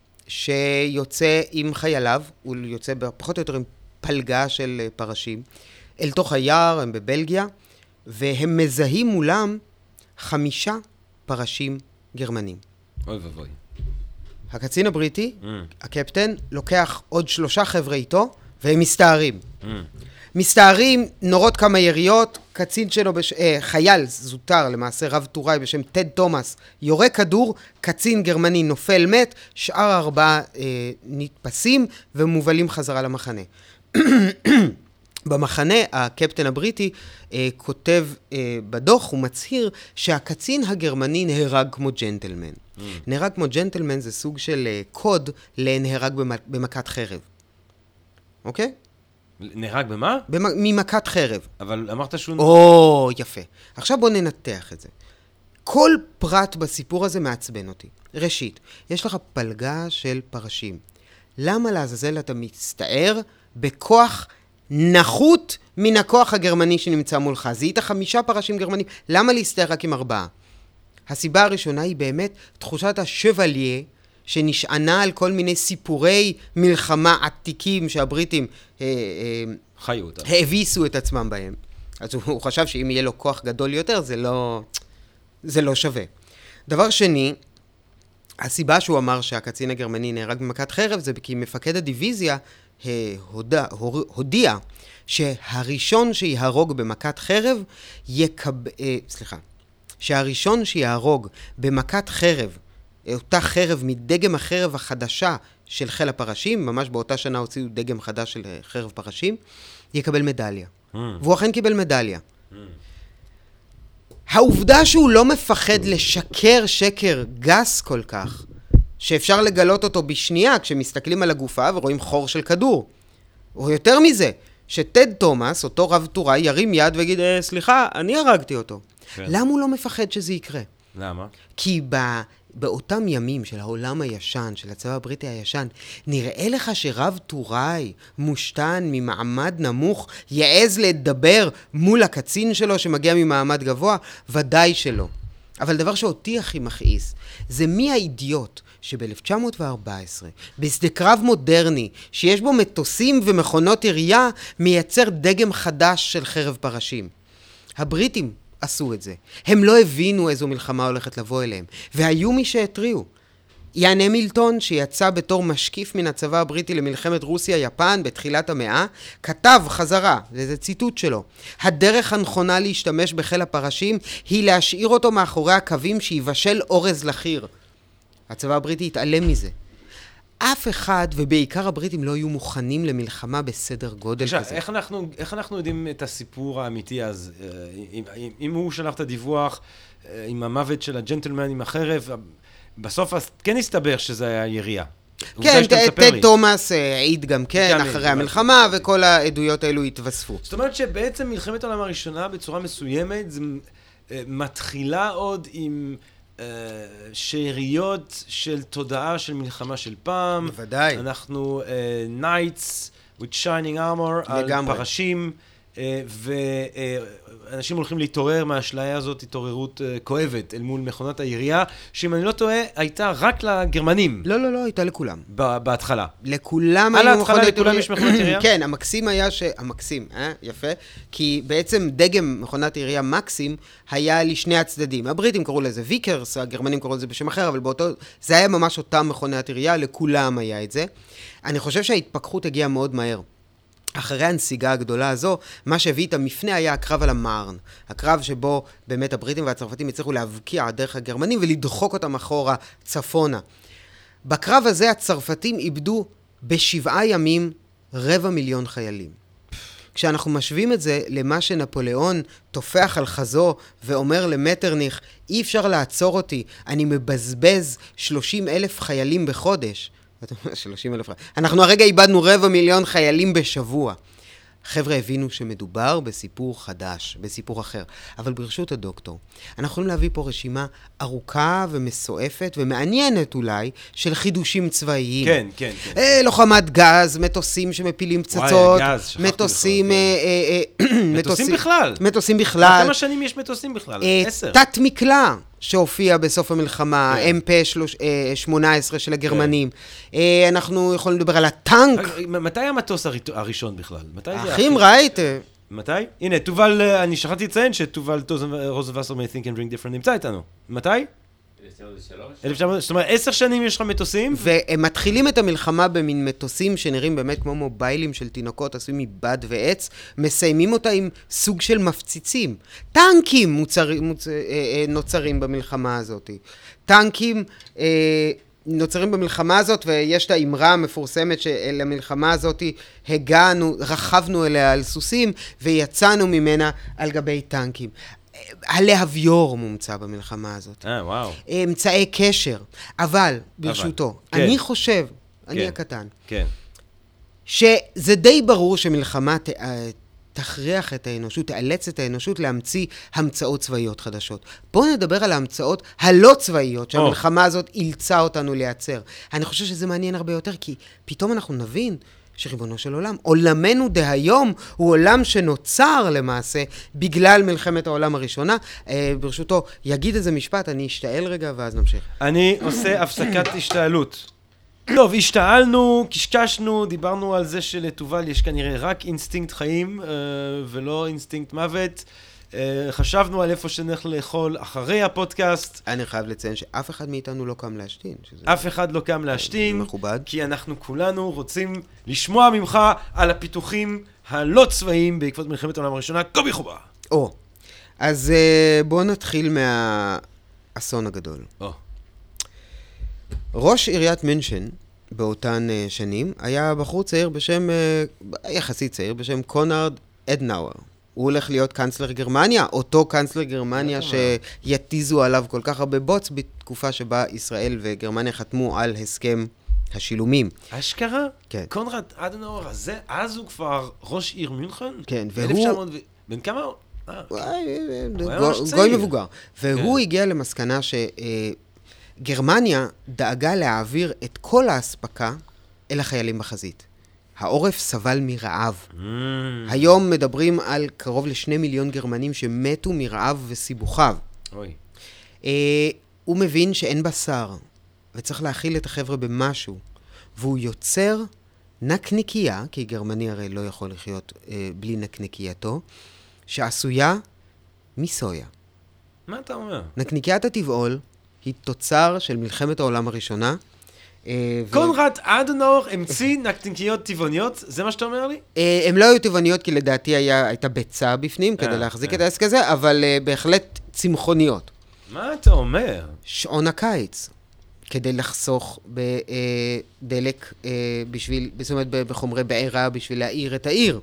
שיוצא עם חייליו, הוא יוצא פחות או יותר עם פלגה של פרשים, אל תוך היער, הם בבלגיה, והם מזהים מולם חמישה פרשים גרמנים. אוי ובוי. הקצין הבריטי, Mm. הקפטן, לוקח עוד שלושה חבר'ה איתו, והם מסתערים. Mm. מסתערים, נורות כמה יריות, קצין שלו, בש... אה, חייל זוטר, למעשה רב טוראי בשם טד תומאס, יורה כדור, קצין גרמני נופל מת, שאר הארבעה אה, נתפסים ומובלים חזרה למחנה. במחנה, הקפטן הבריטי אה, כותב אה, בדוח, הוא מצהיר שהקצין הגרמני נהרג כמו ג'נטלמן. Mm. נהרג כמו ג'נטלמן זה סוג של אה, קוד לנהרג במכ... במכת חרב. אוקיי? נהרג במה? במ- ממכת חרב. אבל אמרת שהוא... או, יפה. עכשיו בוא ננתח את זה. כל פרט בסיפור הזה מעצבן אותי. ראשית, יש לך פלגה של פרשים. למה לעזאזל אתה מצטער בכוח נחות מן הכוח הגרמני שנמצא מולך? זיהית חמישה פרשים גרמנים, למה להסתער רק עם ארבעה? הסיבה הראשונה היא באמת תחושת השבליה, שנשענה על כל מיני סיפורי מלחמה עתיקים שהבריטים אה, אה, חיו אותה. האביסו את עצמם בהם. אז הוא, הוא חשב שאם יהיה לו כוח גדול יותר, זה לא, זה לא שווה. דבר שני, הסיבה שהוא אמר שהקצין הגרמני נהרג במכת חרב, זה כי מפקד הדיוויזיה אה, הודע, הור, הודיע שהראשון שיהרוג במכת חרב יקב... אה, סליחה. שהראשון שיהרוג במכת חרב, אותה חרב מדגם החרב החדשה של חיל הפרשים, ממש באותה שנה הוציאו דגם חדש של חרב פרשים, יקבל מדליה. Mm. והוא אכן קיבל מדליה. Mm. העובדה שהוא לא מפחד לשקר שקר גס כל כך, שאפשר לגלות אותו בשנייה כשמסתכלים על הגופה ורואים חור של כדור. או יותר מזה, שטד תומאס, אותו רב טוראי, ירים יד ויגיד, אה, סליחה, אני הרגתי אותו. כן. למה הוא לא מפחד שזה יקרה? למה? כי ב... באותם ימים של העולם הישן, של הצבא הבריטי הישן, נראה לך שרב טוראי מושתן ממעמד נמוך יעז לדבר מול הקצין שלו שמגיע ממעמד גבוה? ודאי שלא. אבל דבר שאותי הכי מכעיס, זה מי האידיוט שב-אלף תשע מאות וארבע עשרה, בשדה קרב מודרני, שיש בו מטוסים ומכונות ירייה, מייצר דגם חדש של חרב פרשים. הבריטים עשו את זה. הם לא הבינו איזו מלחמה הולכת לבוא אליהם, והיו מי שהטריעו. יאן המילטון, שיצא בתור משקיף מן הצבא הבריטי למלחמת רוסיה-יפן בתחילת המאה, כתב חזרה, וזה ציטוט שלו, הדרך הנכונה להשתמש בחיל הפרשים היא להשאיר אותו מאחורי הקווים שיבשל אורז לחיר. הצבא הבריטי התעלם מזה. אף אחד, ובעיקר הבריטים, לא היו מוכנים למלחמה בסדר גודל עכשיו, כזה. איך אנחנו, איך אנחנו יודעים את הסיפור האמיתי אז? אם, אם, אם הוא שלח את הדיווח עם המוות של הג'נטלמן עם החרב, בסוף כן הסתבר שזה היה ירייה. כן, טד תומאס העיד גם כן, אחרי המלחמה, וכל העדויות האלו התווספו. זאת אומרת שבעצם מלחמת העולם הראשונה בצורה מסוימת, זה מתחילה עוד עם שאריות של תודעה של מלחמה של פעם. בוודאי. אנחנו נייטס with shining armor על פרשים, ואנשים הולכים להתעורר מהאשליה הזאת, התעוררות כואבת אל מול מכונת הירייה, שאם אני לא טועה, הייתה רק לגרמנים. לא, לא, לא, הייתה לכולם. בהתחלה. לכולם היו מכונות ירייה. על ההתחלה לכולם יש מכונת ירייה? כן, המקסים היה ש... המקסים, אה? יפה. כי בעצם דגם מכונת ירייה מקסים היה לשני הצדדים. הבריטים קראו לזה ויקרס, הגרמנים קראו לזה בשם אחר, אבל באותו... זה היה ממש אותה מכונת ירייה, לכולם היה את זה. אני חושב שההתפכחות הגיעה מאוד מהר. אחרי הנסיגה הגדולה הזו, מה שהביא את המפנה היה הקרב על המארן. הקרב שבו באמת הבריטים והצרפתים הצליחו להבקיע דרך הגרמנים ולדחוק אותם אחורה צפונה. בקרב הזה הצרפתים איבדו בשבעה ימים רבע מיליון חיילים. כשאנחנו משווים את זה למה שנפוליאון תופח על חזו ואומר למטרניך, אי אפשר לעצור אותי, אני מבזבז שלושים אלף חיילים בחודש. שלושים אלף. אנחנו הרגע איבדנו רבע מיליון חיילים בשבוע. חבר'ה הבינו שמדובר בסיפור חדש, בסיפור אחר. אבל ברשות הדוקטור, אנחנו יכולים להביא פה רשימה ארוכה ומסועפת ומעניינת אולי של חידושים צבאיים. כן, כן, כן. אה, לוחמת גז, מטוסים שמפילים פצצות. וואי, גז, שכחתי מטוסים, בכלל. אה, אה, אה, מטוסים בכלל. מטוסים בכלל. כמה שנים יש מטוסים בכלל? אה, עשר. תת מקלע. שהופיע בסוף המלחמה, כן. אם פי שמונה עשרה של הגרמנים. כן. אנחנו יכולים לדבר על הטנק. מתי המטוס הראשון בכלל? מתי זה? אחים, ראית? מתי? הנה, תובל, אני שכחתי לציין שתובל רוזנווסר מ- Think and Drink Different נמצא איתנו. מתי? אלף תשע מאות, זאת אומרת, עשר שנים יש לך מטוסים? והם מתחילים את המלחמה במין מטוסים שנראים באמת כמו מוביילים של תינוקות, עשויים מבד ועץ, מסיימים אותה עם סוג של מפציצים. טנקים מוצר, מוצ, אה, אה, נוצרים במלחמה הזאת. טנקים אה, נוצרים במלחמה הזאת, ויש את האמרה המפורסמת שלמלחמה הזאת הגענו, רכבנו אליה על סוסים, ויצאנו ממנה על גבי טנקים. הלהביור מומצא במלחמה הזאת. אה, וואו. אמצעי קשר. אבל, ברשותו, אבל, אני כן. חושב, כן. אני הקטן, כן. שזה די ברור שמלחמה ת... תכריח את האנושות, תאלץ את האנושות להמציא המצאות צבאיות חדשות. בואו נדבר על ההמצאות הלא צבאיות, שהמלחמה הזאת אילצה אותנו לייצר. אני חושב שזה מעניין הרבה יותר, כי פתאום אנחנו נבין שריבונו של עולם, עולמנו דהיום הוא עולם שנוצר למעשה בגלל מלחמת העולם הראשונה. אה, ברשותו, יגיד איזה משפט, אני אשתעל רגע ואז נמשיך. אני עושה הפסקת השתעלות. טוב, השתעלנו, קשקשנו, דיברנו על זה שלתובל יש כנראה רק אינסטינקט חיים אה, ולא אינסטינקט מוות. אה, חשבנו על איפה שנלך לאכול אחרי הפודקאסט. אני חייב לציין שאף אחד מאיתנו לא קם להשתין. שזה... אף אחד לא קם להשתין. מכובד. כי אנחנו כולנו רוצים לשמוע ממך על הפיתוחים הלא צבאיים בעקבות מלחמת העולם הראשונה. קובי חובה. או, אז אה, בואו נתחיל מהאסון הגדול. או. ראש עיריית מינשן באותן uh, שנים היה בחור צעיר בשם, uh, יחסית צעיר, בשם קונרד אדנאואר. הוא הולך להיות קנצלר גרמניה, אותו קנצלר גרמניה שיתיזו עליו כל כך הרבה בוץ בתקופה שבה ישראל וגרמניה חתמו על הסכם השילומים. אשכרה? כן. קונרד אדנאואר הזה, אז הוא כבר ראש עיר מינכן? כן, והוא... בן כמה הוא? גוי מבוגר. והוא הגיע למסקנה ש... גרמניה דאגה להעביר את כל ההספקה אל החיילים בחזית. העורף סבל מרעב. Mm. היום מדברים על קרוב לשני מיליון גרמנים שמתו מרעב וסיבוכיו. אוי. אה, הוא מבין שאין בשר, וצריך להאכיל את החבר'ה במשהו. והוא יוצר נקניקייה, כי גרמני הרי לא יכול לחיות אה, בלי נקניקייתו, שעשויה מסויה. מה אתה אומר? נקניקיית הטבעול, היא תוצר של מלחמת העולם הראשונה. קונרד אדנאואר המציא נקניקיות טבעוניות, זה מה שאתה אומר לי? הם לא היו טבעוניות, כי לדעתי הייתה ביצה בפנים כדי להחזיק את העסק הזה, אבל בהחלט צמחוניות. מה אתה אומר? שעון הקיץ, כדי לחסוך בדלק, זאת אומרת בחומרי בעירה, בשביל להעיר את העיר.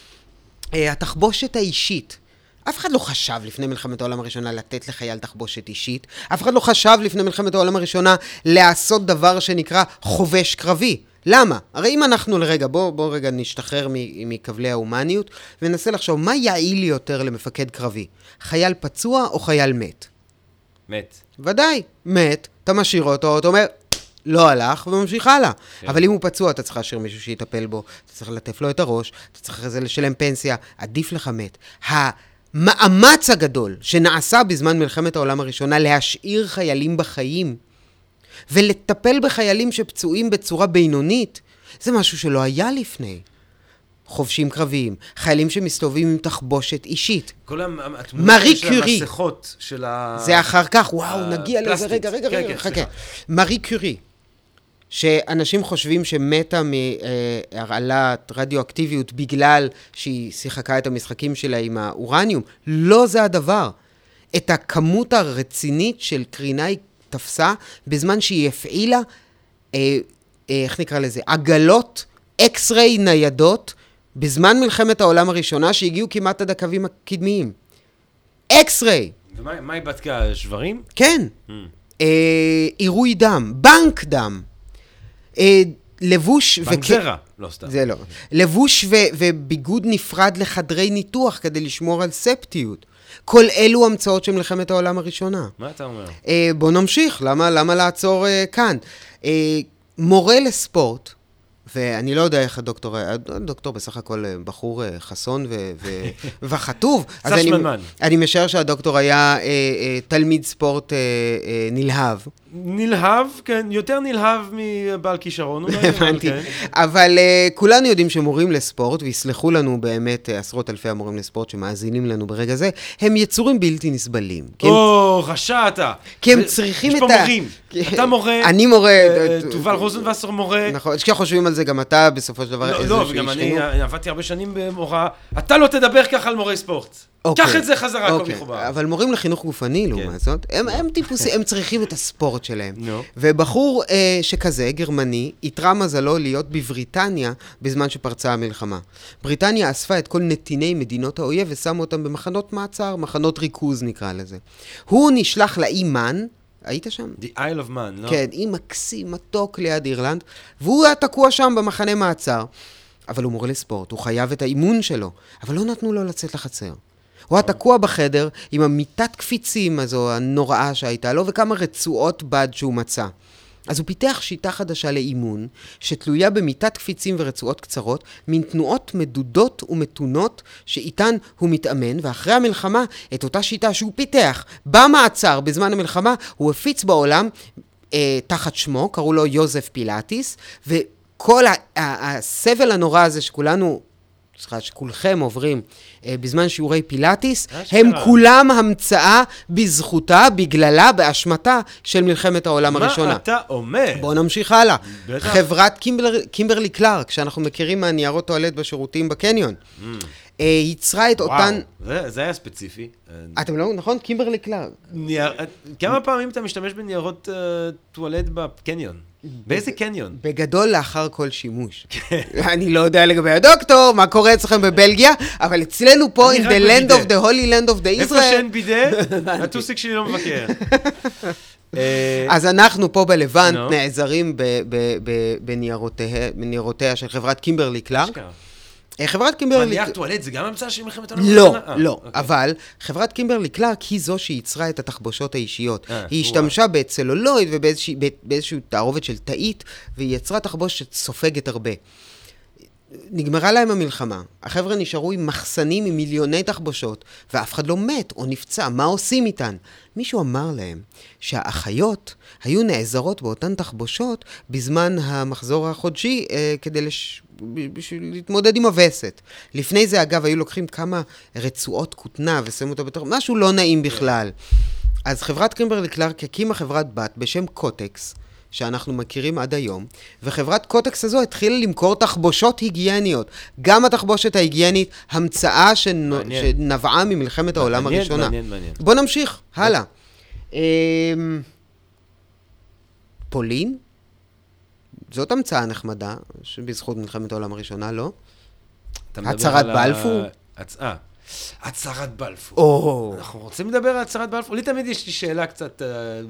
התחבושת האישית, אף אחד לא חשב לפני מלחמת העולם הראשונה לתת לחייל תחבושת אישית. אף אחד לא חשב לפני מלחמת העולם הראשונה לעשות דבר שנקרא חובש קרבי. למה? הרי אם אנחנו לרגע, בוא, בוא רגע נשתחרר מכבלי ההומניות וננסה לחשוב מה יעיל יותר למפקד קרבי. חייל פצוע או חייל מת? מת. ודאי, מת. אתה משאיר אותו, אתה אומר, לא הלך וממשיך הלאה. כן. אבל אם הוא פצוע, אתה צריך להשאיר מישהו שיטפל בו, אתה צריך לטף לו את הראש, אתה צריך אחרי זה לשלם פנסיה, עדיף לך מת. המאמץ הגדול שנעשה בזמן מלחמת העולם הראשונה להשאיר חיילים בחיים ולטפל בחיילים שפצועים בצורה בינונית, זה משהו שלא היה לפני. חובשים קרביים, חיילים שמסתובבים עם תחבושת אישית. כל התמונה של המסכות של ה... זה אחר כך, וואו, נגיע לזה, רגע, רגע, רגע, חכה. מארי קיורי, שאנשים חושבים שמתה מהרעלת רדיואקטיביות בגלל שהיא שיחקה את המשחקים שלה עם האורניום. לא זה הדבר. את הכמות הרצינית של קרינה היא תפסה בזמן שהיא הפעילה, אה, איך נקרא לזה, עגלות אקס-ריי ניידות בזמן מלחמת העולם הראשונה שהגיעו כמעט עד הקווים הקדמיים. אקס-ריי. ומה היא בדקה? שברים? כן. Mm. אה, עירוי דם, בנק דם. לבוש... בנק זרע, לא סתם. זה לא. לבוש וביגוד נפרד לחדרי ניתוח כדי לשמור על ספטיות. כל אלו המצאות של מלחמת העולם הראשונה. מה אתה אומר? בוא נמשיך, למה לעצור כאן? מורה לספורט, ואני לא יודע איך הדוקטור, הדוקטור בסך הכל בחור חסון וחטוב. סשמנמן. אני משער שהדוקטור היה תלמיד ספורט נלהב. נלהב, כן, יותר נלהב מבעל כישרון. הבנתי. אבל כולנו יודעים שמורים לספורט, ויסלחו לנו באמת עשרות אלפי המורים לספורט שמאזינים לנו ברגע זה, הם יצורים בלתי נסבלים. או, רשע אתה. כי הם צריכים את ה... יש פה מורים. אתה מורה. אני מורה. תובל רוזנווסר מורה. נכון, כשחושבים על זה גם אתה בסופו של דבר... לא, וגם אני עבדתי הרבה שנים במורה. אתה לא תדבר ככה על מורי ספורט. קח את זה חזרה, קובי חובה. אבל מורים לחינוך גופני, לעומת זאת, הם טיפוסי, הם צריכים את הספורט שלהם. ובחור שכזה, גרמני, יתרה מזלו להיות בבריטניה בזמן שפרצה המלחמה. בריטניה אספה את כל נתיני מדינות האויב ושמו אותם במחנות מעצר, מחנות ריכוז נקרא לזה. הוא נשלח לאי מן, היית שם? The Isle of Man, לא? כן, אי מקסים, מתוק ליד אירלנד, והוא היה תקוע שם במחנה מעצר. אבל הוא מורה לספורט, הוא חייב את האימון שלו, אבל לא נתנו לו לצאת לחצר. הוא היה תקוע בחדר עם המיטת קפיצים הזו הנוראה שהייתה לו, וכמה רצועות בד שהוא מצא. אז הוא פיתח שיטה חדשה לאימון, שתלויה במיטת קפיצים ורצועות קצרות, מן תנועות מדודות ומתונות שאיתן הוא מתאמן, ואחרי המלחמה, את אותה שיטה שהוא פיתח במעצר בזמן המלחמה, הוא הפיץ בעולם אה, תחת שמו, קראו לו יוזף פילאטיס, וכל ה- ה- הסבל הנורא הזה שכולנו, סליחה, שכולכם עוברים אה, בזמן שיעורי פילאטיס, הם כולם המצאה בזכותה, בגללה, באשמתה של מלחמת העולם הראשונה. מה אתה אומר? בואו נמשיך הלאה. בטח. חברת קימבר, קימברלי קלארק, שאנחנו מכירים מהניירות טואלט בשירותים בקניון, אה, ייצרה את אותן... וואו, זה, זה היה ספציפי. אתם לא, נכון? קימברלי קלארק. נייר... כמה פעמים אתה משתמש בניירות uh, טואלט בקניון? באיזה קניון? בגדול לאחר כל שימוש. אני לא יודע לגבי הדוקטור, מה קורה אצלכם בבלגיה, אבל אצלנו פה, in the land of the holy land of the Israel. איפה שאין בידה, הטוסיק שלי לא מבקר. אז אנחנו פה בלבנט נעזרים בניירותיה של חברת קימברלי קלארק. חברת קימברלי... נייר טואלט זה גם המצאה של מלחמת העולם לא, הראשונה? לא, אבל חברת קימברלי קלארק היא זו שייצרה את התחבושות האישיות. היא השתמשה בצלולויד ובאיזשהו תערובת של תאית, והיא יצרה תחבושת סופגת הרבה. נגמרה להם המלחמה, החבר'ה נשארו עם מחסנים עם מיליוני תחבושות, ואף אחד לא מת או נפצע, מה עושים איתן? מישהו אמר להם שהאחיות היו נעזרות באותן תחבושות בזמן המחזור החודשי אה, כדי לש... בשביל להתמודד עם הווסת. לפני זה, אגב, היו לוקחים כמה רצועות כותנה ושמים אותה בתוך... משהו לא נעים בכלל. אז חברת קימברלי קלארק הקימה חברת בת בשם קוטקס, שאנחנו מכירים עד היום, וחברת קוטקס הזו התחילה למכור תחבושות היגייניות. גם התחבושת ההיגיינית, המצאה שנ... שנבעה ממלחמת העולם מעניין, הראשונה. מעניין, מעניין. בוא נמשיך, הלאה. אמ... פולין? זאת המצאה נחמדה, שבזכות מלחמת העולם הראשונה, לא? הצהרת בלפור? אה, הצהרת בלפור. או. אנחנו רוצים לדבר על הצהרת בלפור. לי תמיד יש לי שאלה קצת,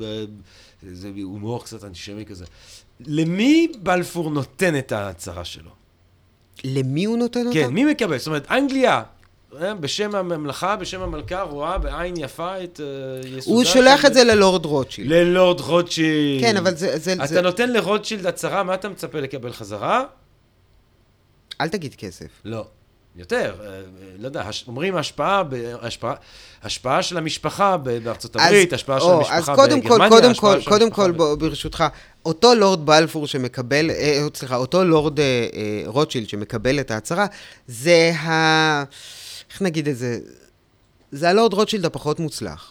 זה הומור קצת אנטישמי כזה. למי בלפור נותן את ההצהרה שלו? למי הוא נותן אותה? כן, מי מקבל? זאת אומרת, אנגליה, בשם הממלכה, בשם המלכה, רואה בעין יפה את יסודה. הוא שולח את זה ללורד רוטשילד. ללורד רוטשילד. כן, אבל זה... זה אתה זה... נותן לרוטשילד הצהרה, מה אתה מצפה לקבל חזרה? אל תגיד כסף. לא. יותר, לא יודע, אומרים השפעה, השפעה, השפעה של המשפחה בארצות הברית, השפעה של המשפחה בגרמניה. קודם כל, קודם כל, ברשותך, אותו לורד בלפור שמקבל, סליחה, אותו לורד רוטשילד שמקבל את ההצהרה, זה ה... איך נגיד את זה? זה הלורד רוטשילד הפחות מוצלח.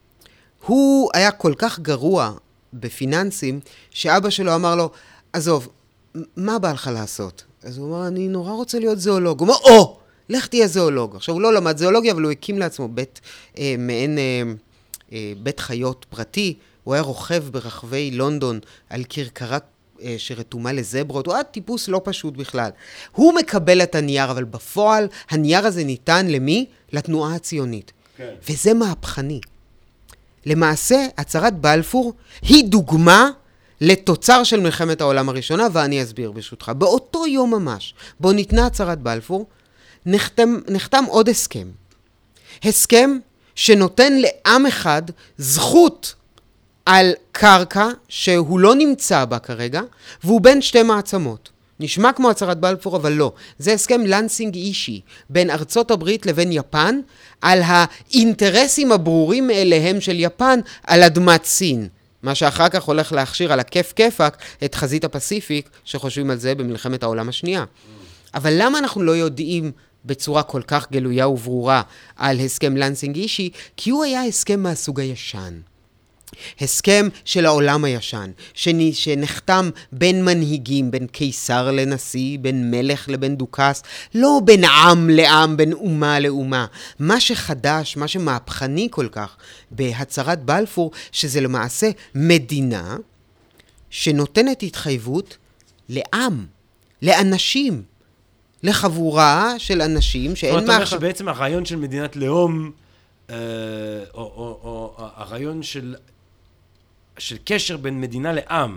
הוא היה כל כך גרוע בפיננסים, שאבא שלו אמר לו, עזוב, מה בא לך לעשות? אז הוא אמר, אני נורא רוצה להיות זואולוג. הוא אמר, או, לך תהיה זואולוג. עכשיו, הוא לא למד זואולוגיה, אבל הוא הקים לעצמו בית, אה, מעין אה, אה, בית חיות פרטי. הוא היה רוכב ברחבי לונדון על כרכרה אה, שרתומה לזברות. הוא היה טיפוס לא פשוט בכלל. הוא מקבל את הנייר, אבל בפועל, הנייר הזה ניתן למי? לתנועה הציונית. כן. וזה מהפכני. למעשה, הצהרת בלפור היא דוגמה לתוצר של מלחמת העולם הראשונה, ואני אסביר ברשותך. באותו יום ממש, בו ניתנה הצהרת בלפור, נחתם, נחתם עוד הסכם. הסכם שנותן לעם אחד זכות על קרקע שהוא לא נמצא בה כרגע, והוא בין שתי מעצמות. נשמע כמו הצהרת בלפור, אבל לא. זה הסכם לנסינג אישי בין ארצות הברית לבין יפן, על האינטרסים הברורים מאליהם של יפן על אדמת סין. מה שאחר כך הולך להכשיר על הכיף כיפק את חזית הפסיפיק, שחושבים על זה במלחמת העולם השנייה. אבל למה אנחנו לא יודעים בצורה כל כך גלויה וברורה על הסכם לנסינג אישי? כי הוא היה הסכם מהסוג הישן. הסכם של העולם הישן, שנחתם בין מנהיגים, בין קיסר לנשיא, בין מלך לבין דוכס, לא בין עם לעם, בין אומה לאומה. מה שחדש, מה שמהפכני כל כך בהצהרת בלפור, שזה למעשה מדינה שנותנת התחייבות לעם, לאנשים, לחבורה של אנשים שאין מאחר... זאת אומרת שבעצם הרעיון של מדינת לאום, או, או, או, או הרעיון של... של קשר בין מדינה לעם,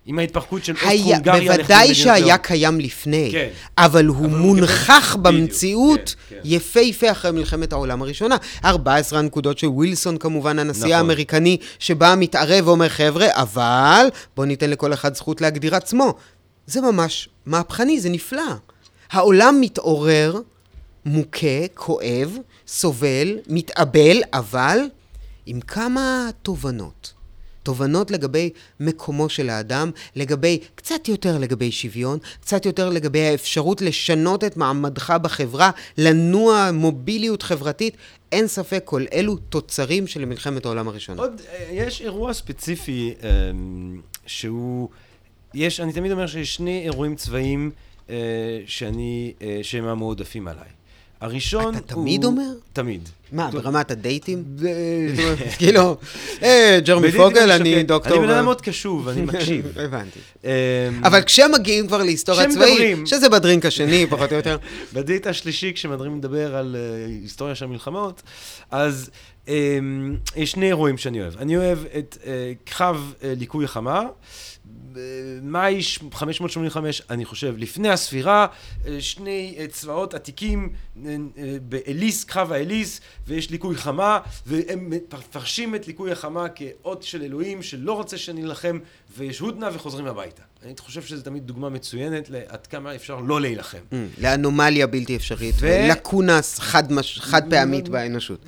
עם ההתפרקות של אוסטרו-הונגריה. בוודאי שהיה קיים לפני, כן. אבל הוא מונחח במציאות כן, כן. יפהפה אחרי מלחמת העולם הראשונה. ארבע עשרה הנקודות של ווילסון כמובן, הנשיא נכון. האמריקני, שבא מתערב ואומר, חבר'ה, אבל בוא ניתן לכל אחד זכות להגדיר עצמו. זה ממש מהפכני, זה נפלא. העולם מתעורר, מוכה, כואב, סובל, מתאבל, אבל עם כמה תובנות. תובנות לגבי מקומו של האדם, לגבי, קצת יותר לגבי שוויון, קצת יותר לגבי האפשרות לשנות את מעמדך בחברה, לנוע מוביליות חברתית. אין ספק, כל אלו תוצרים של מלחמת העולם הראשונה. עוד, יש אירוע ספציפי שהוא, יש, אני תמיד אומר שיש שני אירועים צבאיים שאני, שהם המועדפים עליי. הראשון הוא... אתה תמיד אומר? תמיד. מה, ברמת הדייטים? כאילו, אה, ג'רמי פוגל, אני דוקטור... אני בן אדם מאוד קשוב, אני מקשיב. הבנתי. אבל כשמגיעים כבר להיסטוריה צבאית, שזה בדרינק השני, פחות או יותר. בדייט השלישי, כשמדברים לדבר על היסטוריה של מלחמות, אז יש שני אירועים שאני אוהב. אני אוהב את קרב ליקוי החמה, מאי חמש מאות שמונים וחמש, אני חושב, לפני הספירה, שני צבאות עתיקים באליס, קרב האליס, ויש ליקוי חמה, והם מפרשים את ליקוי החמה כאות של אלוהים שלא רוצה שנלחם, ויש הודנה וחוזרים הביתה. אני חושב שזו תמיד דוגמה מצוינת לעד כמה אפשר לא להילחם. לאנומליה בלתי אפשרית, לקונה חד פעמית באנושות.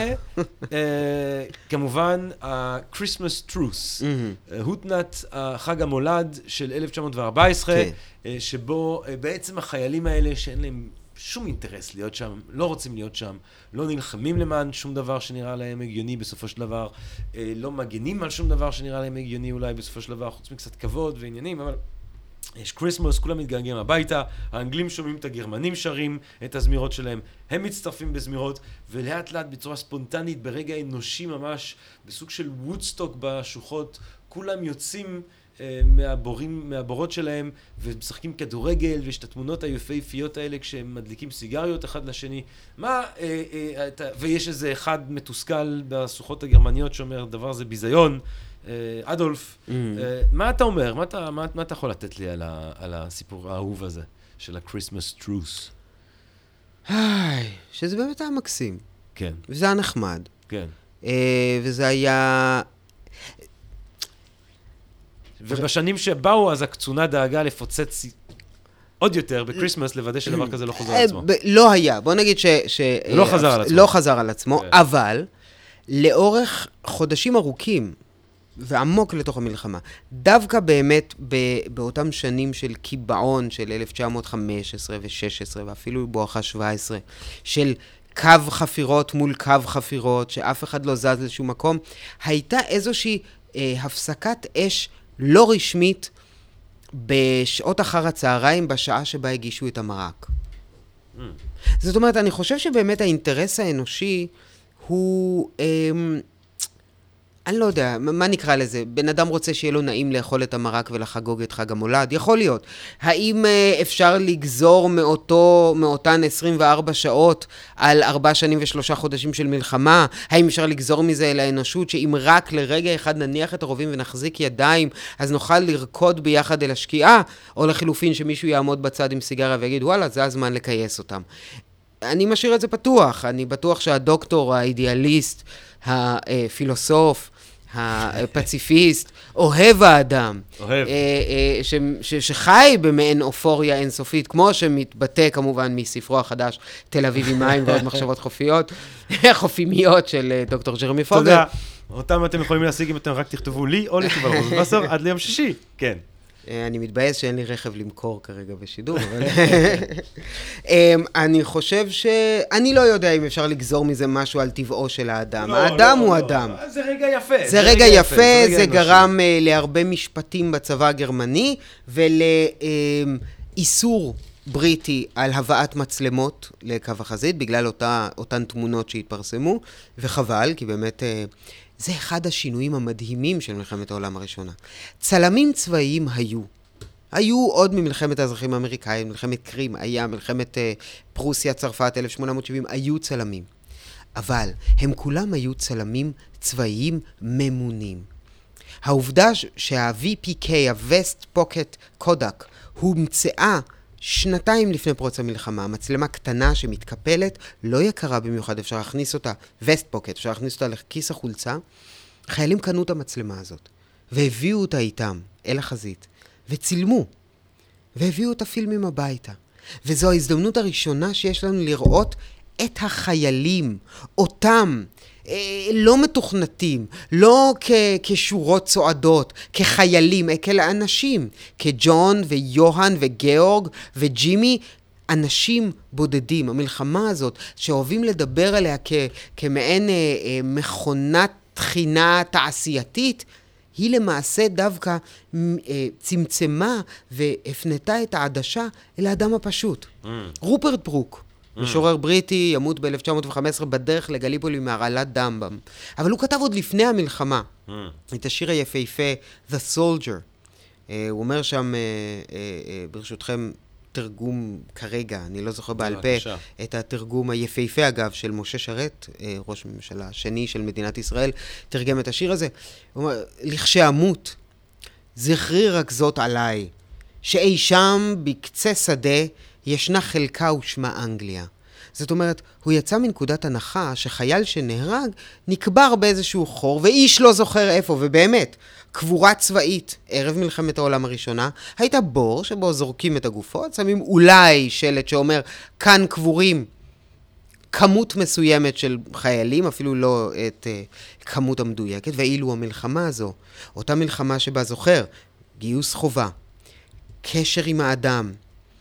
וכמובן, ה-Christmas Truce, הודנת חג המולד של אלף תשע מאות וארבע עשרה, שבו בעצם החיילים האלה שאין להם שום אינטרס להיות שם, לא רוצים להיות שם, לא נלחמים למען שום דבר שנראה להם הגיוני בסופו של דבר, לא מגנים על שום דבר שנראה להם הגיוני אולי בסופו של דבר, חוץ מקצת כבוד ועניינים, אבל יש קריסמוס, כולם מתגעגעים הביתה, האנגלים שומעים את הגרמנים שרים את הזמירות שלהם, הם מצטרפים בזמירות, ולאט לאט בצורה ספונטנית, ברגע אנושי ממש, בסוג של וודסטוק בשוחות, כולם יוצאים מהבורים, מהבורות שלהם, ומשחקים כדורגל, ויש את התמונות היפהפיות האלה כשהם מדליקים סיגריות אחד לשני. מה, אה, אה, אתה, ויש איזה אחד מתוסכל בסוחות הגרמניות שאומר, דבר זה ביזיון, אה, אדולף. Mm. אה, מה אתה אומר? מה אתה, מה, מה אתה יכול לתת לי על, ה, על הסיפור האהוב הזה של ה-Christmas Truce? היי, שזה באמת היה מקסים. כן. וזה היה נחמד. כן. אה, וזה היה... ובשנים שבאו, אז הקצונה דאגה לפוצץ עוד יותר בקריסמס, לוודא שדבר כזה לא חוזר על עצמו. לא היה, בוא נגיד ש... לא חזר על עצמו. לא חזר על עצמו, אבל לאורך חודשים ארוכים, ועמוק לתוך המלחמה, דווקא באמת באותם שנים של קיבעון של אלף תשע מאות חמש עשרה ו-שש עשרה, ואפילו בואכה שבע עשרה, של קו חפירות מול קו חפירות, שאף אחד לא זז לשום מקום, הייתה איזושהי אה, הפסקת אש לא רשמית בשעות אחר הצהריים, בשעה שבה הגישו את המרק. Mm. זאת אומרת, אני חושב שבאמת האינטרס האנושי הוא... אה, אני לא יודע, מה נקרא לזה? בן אדם רוצה שיהיה לו נעים לאכול את המרק ולחגוג את חג המולד? יכול להיות. האם אפשר לגזור מאותו, מאותן עשרים וארבע שעות על ארבע שנים ושלושה חודשים של מלחמה? האם אפשר לגזור מזה אל האנושות שאם רק לרגע אחד נניח את הרובים ונחזיק ידיים, אז נוכל לרקוד ביחד אל השקיעה? או לחילופין שמישהו יעמוד בצד עם סיגריה ויגיד, וואלה, זה הזמן לקייס אותם. אני משאיר את זה פתוח. אני בטוח שהדוקטור, האידיאליסט, הפילוסוף, הפציפיסט, אוהב האדם. אוהב. ש, ש, שחי במעין אופוריה אינסופית, כמו שמתבטא כמובן מספרו החדש, תל אביב עם מים ועוד מחשבות חופיות, חופימיות של דוקטור ג'רמי פוגל. תודה. אותם אתם יכולים להשיג אם אתם רק תכתבו לי או לתובל רוזנבסר עד ליום שישי. כן. אני מתבאס שאין לי רכב למכור כרגע בשידור, אבל... אני חושב ש... אני לא יודע אם אפשר לגזור מזה משהו על טבעו של האדם. האדם הוא אדם. זה רגע יפה. זה רגע יפה, זה גרם להרבה משפטים בצבא הגרמני, ולאיסור בריטי על הבאת מצלמות לקו החזית, בגלל אותן תמונות שהתפרסמו, וחבל, כי באמת... זה אחד השינויים המדהימים של מלחמת העולם הראשונה. צלמים צבאיים היו. היו עוד ממלחמת האזרחים האמריקאים, מלחמת קרים, היה, מלחמת uh, פרוסיה, צרפת, אלף שמונה מאות שבעים, היו צלמים. אבל הם כולם היו צלמים צבאיים ממונים. העובדה שה-וי פי קיי, ה-Vest Pocket Kodak, הומצאה שנתיים לפני פרוץ המלחמה, מצלמה קטנה שמתקפלת, לא יקרה במיוחד, אפשר להכניס אותה, Vest Pocket, אפשר להכניס אותה לכיס החולצה, חיילים קנו את המצלמה הזאת, והביאו אותה איתם אל החזית, וצילמו, והביאו את הפילמים הביתה. וזו ההזדמנות הראשונה שיש לנו לראות את החיילים, אותם, אה, לא מתוכנתים, לא כ- כשורות צועדות, כחיילים, כאלה אנשים, כג'ון ויוהן וגאורג וג'ימי, אנשים בודדים. המלחמה הזאת, שאוהבים לדבר עליה כ- כמעין אה, אה, מכונת תחינה תעשייתית, היא למעשה דווקא אה, צמצמה והפנתה את העדשה אל האדם הפשוט. Mm. רופרט ברוק, mm. משורר בריטי, ימות ב-אלף תשע מאות וחמש עשרה בדרך לגליפולי מהרעלת דם. אבל הוא כתב עוד לפני המלחמה mm. את השיר היפהפה The Soldier. אה, הוא אומר שם, אה, אה, ברשותכם, תרגום כרגע, אני לא זוכר בעל פה, את התרגום היפהפה אגב של משה שרת, ראש הממשלה השני של מדינת ישראל, תרגם את השיר הזה. הוא אומר, לכשאמות, זכרי רק זאת עליי, שאי שם בקצה שדה ישנה חלקה ושמה אנגליה. זאת אומרת, הוא יצא מנקודת הנחה שחייל שנהרג נקבר באיזשהו חור, ואיש לא זוכר איפה, ובאמת, קבורה צבאית, ערב מלחמת העולם הראשונה, הייתה בור שבו זורקים את הגופות, שמים אולי שלט שאומר, כאן קבורים כמות מסוימת של חיילים, אפילו לא את uh, כמות המדויקת, ואילו המלחמה הזו, אותה מלחמה שבה זוכר, גיוס חובה, קשר עם האדם,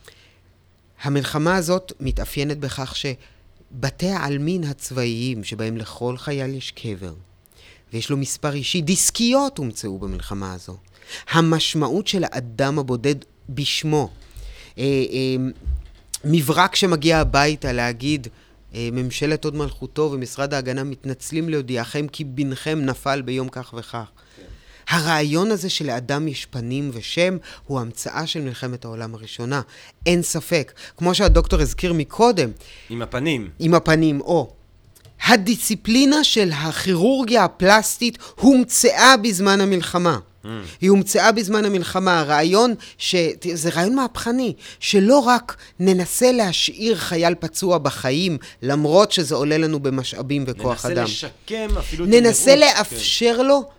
המלחמה הזאת מתאפיינת בכך שבתי העלמין הצבאיים, שבהם לכל חייל יש קבר, ויש לו מספר אישי, דיסקיות הומצאו במלחמה הזו. המשמעות של האדם הבודד בשמו. אה, אה, מברק שמגיע הביתה להגיד, אה, ממשלת עוד מלכותו ומשרד ההגנה מתנצלים להודיעכם כי בנכם נפל ביום כך וכך. הרעיון הזה שלאדם יש פנים ושם הוא המצאה של מלחמת העולם הראשונה. אין ספק. כמו שהדוקטור הזכיר מקודם. עם הפנים. עם הפנים, או. הדיסציפלינה של הכירורגיה הפלסטית הומצאה בזמן המלחמה. Mm. היא הומצאה בזמן המלחמה. הרעיון, ש... זה רעיון מהפכני, שלא רק ננסה להשאיר חייל פצוע בחיים, למרות שזה עולה לנו במשאבים וכוח ננסה אדם. ננסה לשקם אפילו... ננסה לאפשר כן. לו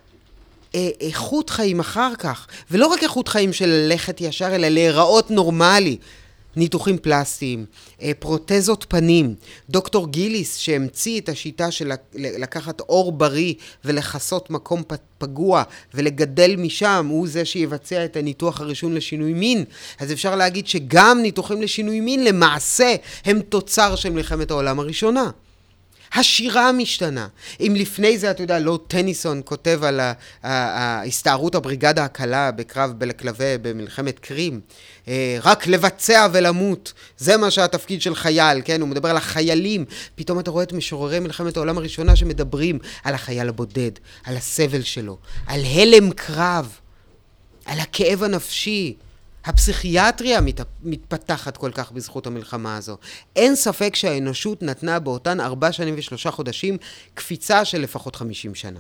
איכות חיים אחר כך. ולא רק איכות חיים של ללכת ישר, אלא להיראות נורמלי. ניתוחים פלסטיים, פרוטזות פנים, דוקטור גיליס שהמציא את השיטה של לקחת אור בריא ולחסות מקום פגוע ולגדל משם, הוא זה שיבצע את הניתוח הראשון לשינוי מין. אז אפשר להגיד שגם ניתוחים לשינוי מין למעשה הם תוצר של מלחמת העולם הראשונה. השירה משתנה. אם לפני זה, אתה יודע, לא טניסון כותב על ההסתערות הבריגדה הקלה בקרב בלקלווה במלחמת קרים, רק לבצע ולמות, זה מה שהתפקיד של חייל, כן? הוא מדבר על החיילים. פתאום אתה רואה את משוררי מלחמת העולם הראשונה שמדברים על החייל הבודד, על הסבל שלו, על הלם קרב, על הכאב הנפשי. הפסיכיאטריה מת, מתפתחת כל כך בזכות המלחמה הזו. אין ספק שהאנושות נתנה באותן ארבע שנים ושלושה חודשים קפיצה של לפחות חמישים שנה.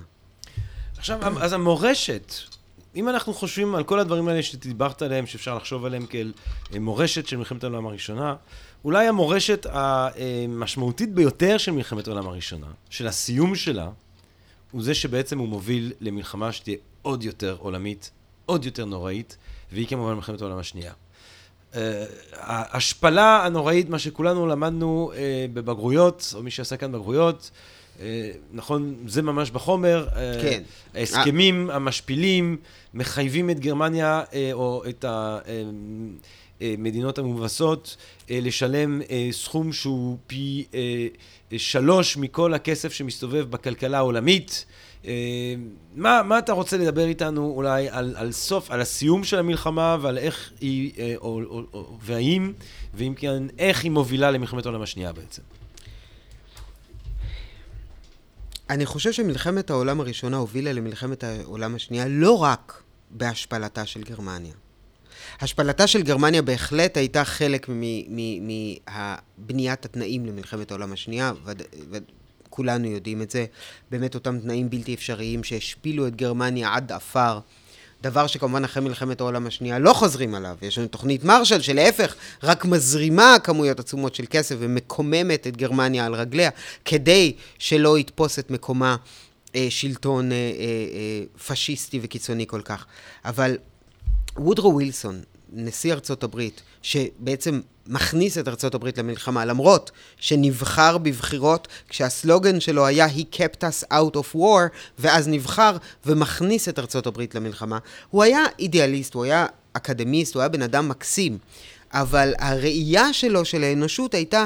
עכשיו, אז המורשת, אם אנחנו חושבים על כל הדברים האלה שדיברת עליהם, שאפשר לחשוב עליהם כאל מורשת של מלחמת העולם הראשונה, אולי המורשת המשמעותית ביותר של מלחמת העולם הראשונה, של הסיום שלה, הוא זה שבעצם הוא מוביל למלחמה שתהיה עוד יותר עולמית, עוד יותר נוראית, והיא כמובן מלחמת העולם השנייה. ההשפלה הנוראית, מה שכולנו למדנו בבגרויות, או מי שעשה כאן בגרויות, נכון, זה ממש בחומר, כן. ההסכמים המשפילים מחייבים את גרמניה, או את המדינות המובסות, לשלם סכום שהוא פי שלוש מכל הכסף שמסתובב בכלכלה העולמית. מה, מה אתה רוצה לדבר איתנו אולי על, על סוף, על הסיום של המלחמה ועל איך היא, או, או, או, והאם, ואם כן, איך היא מובילה למלחמת העולם השנייה בעצם? אני חושב שמלחמת העולם הראשונה הובילה למלחמת העולם השנייה לא רק בהשפלתה של גרמניה. השפלתה של גרמניה בהחלט הייתה חלק מבניית התנאים למלחמת העולם השנייה, כולנו יודעים את זה, באמת אותם תנאים בלתי אפשריים שהשפילו את גרמניה עד אפר, דבר שכמובן אחרי מלחמת העולם השנייה לא חוזרים עליו. יש לנו תוכנית מרשל שלהפך רק מזרימה כמויות עצומות של כסף ומקוממת את גרמניה על רגליה, כדי שלא יתפוס את מקומה אה, שלטון אה, אה, אה, פשיסטי וקיצוני כל כך. אבל וודרו ווילסון, נשיא ארצות הברית, שבעצם מכניס את ארצות הברית למלחמה, למרות שנבחר בבחירות, כשהסלוגן שלו היה He kept us out of war, ואז נבחר ומכניס את ארצות הברית למלחמה. הוא היה אידיאליסט, הוא היה אקדמיסט, הוא היה בן אדם מקסים, אבל הראייה שלו של האנושות הייתה,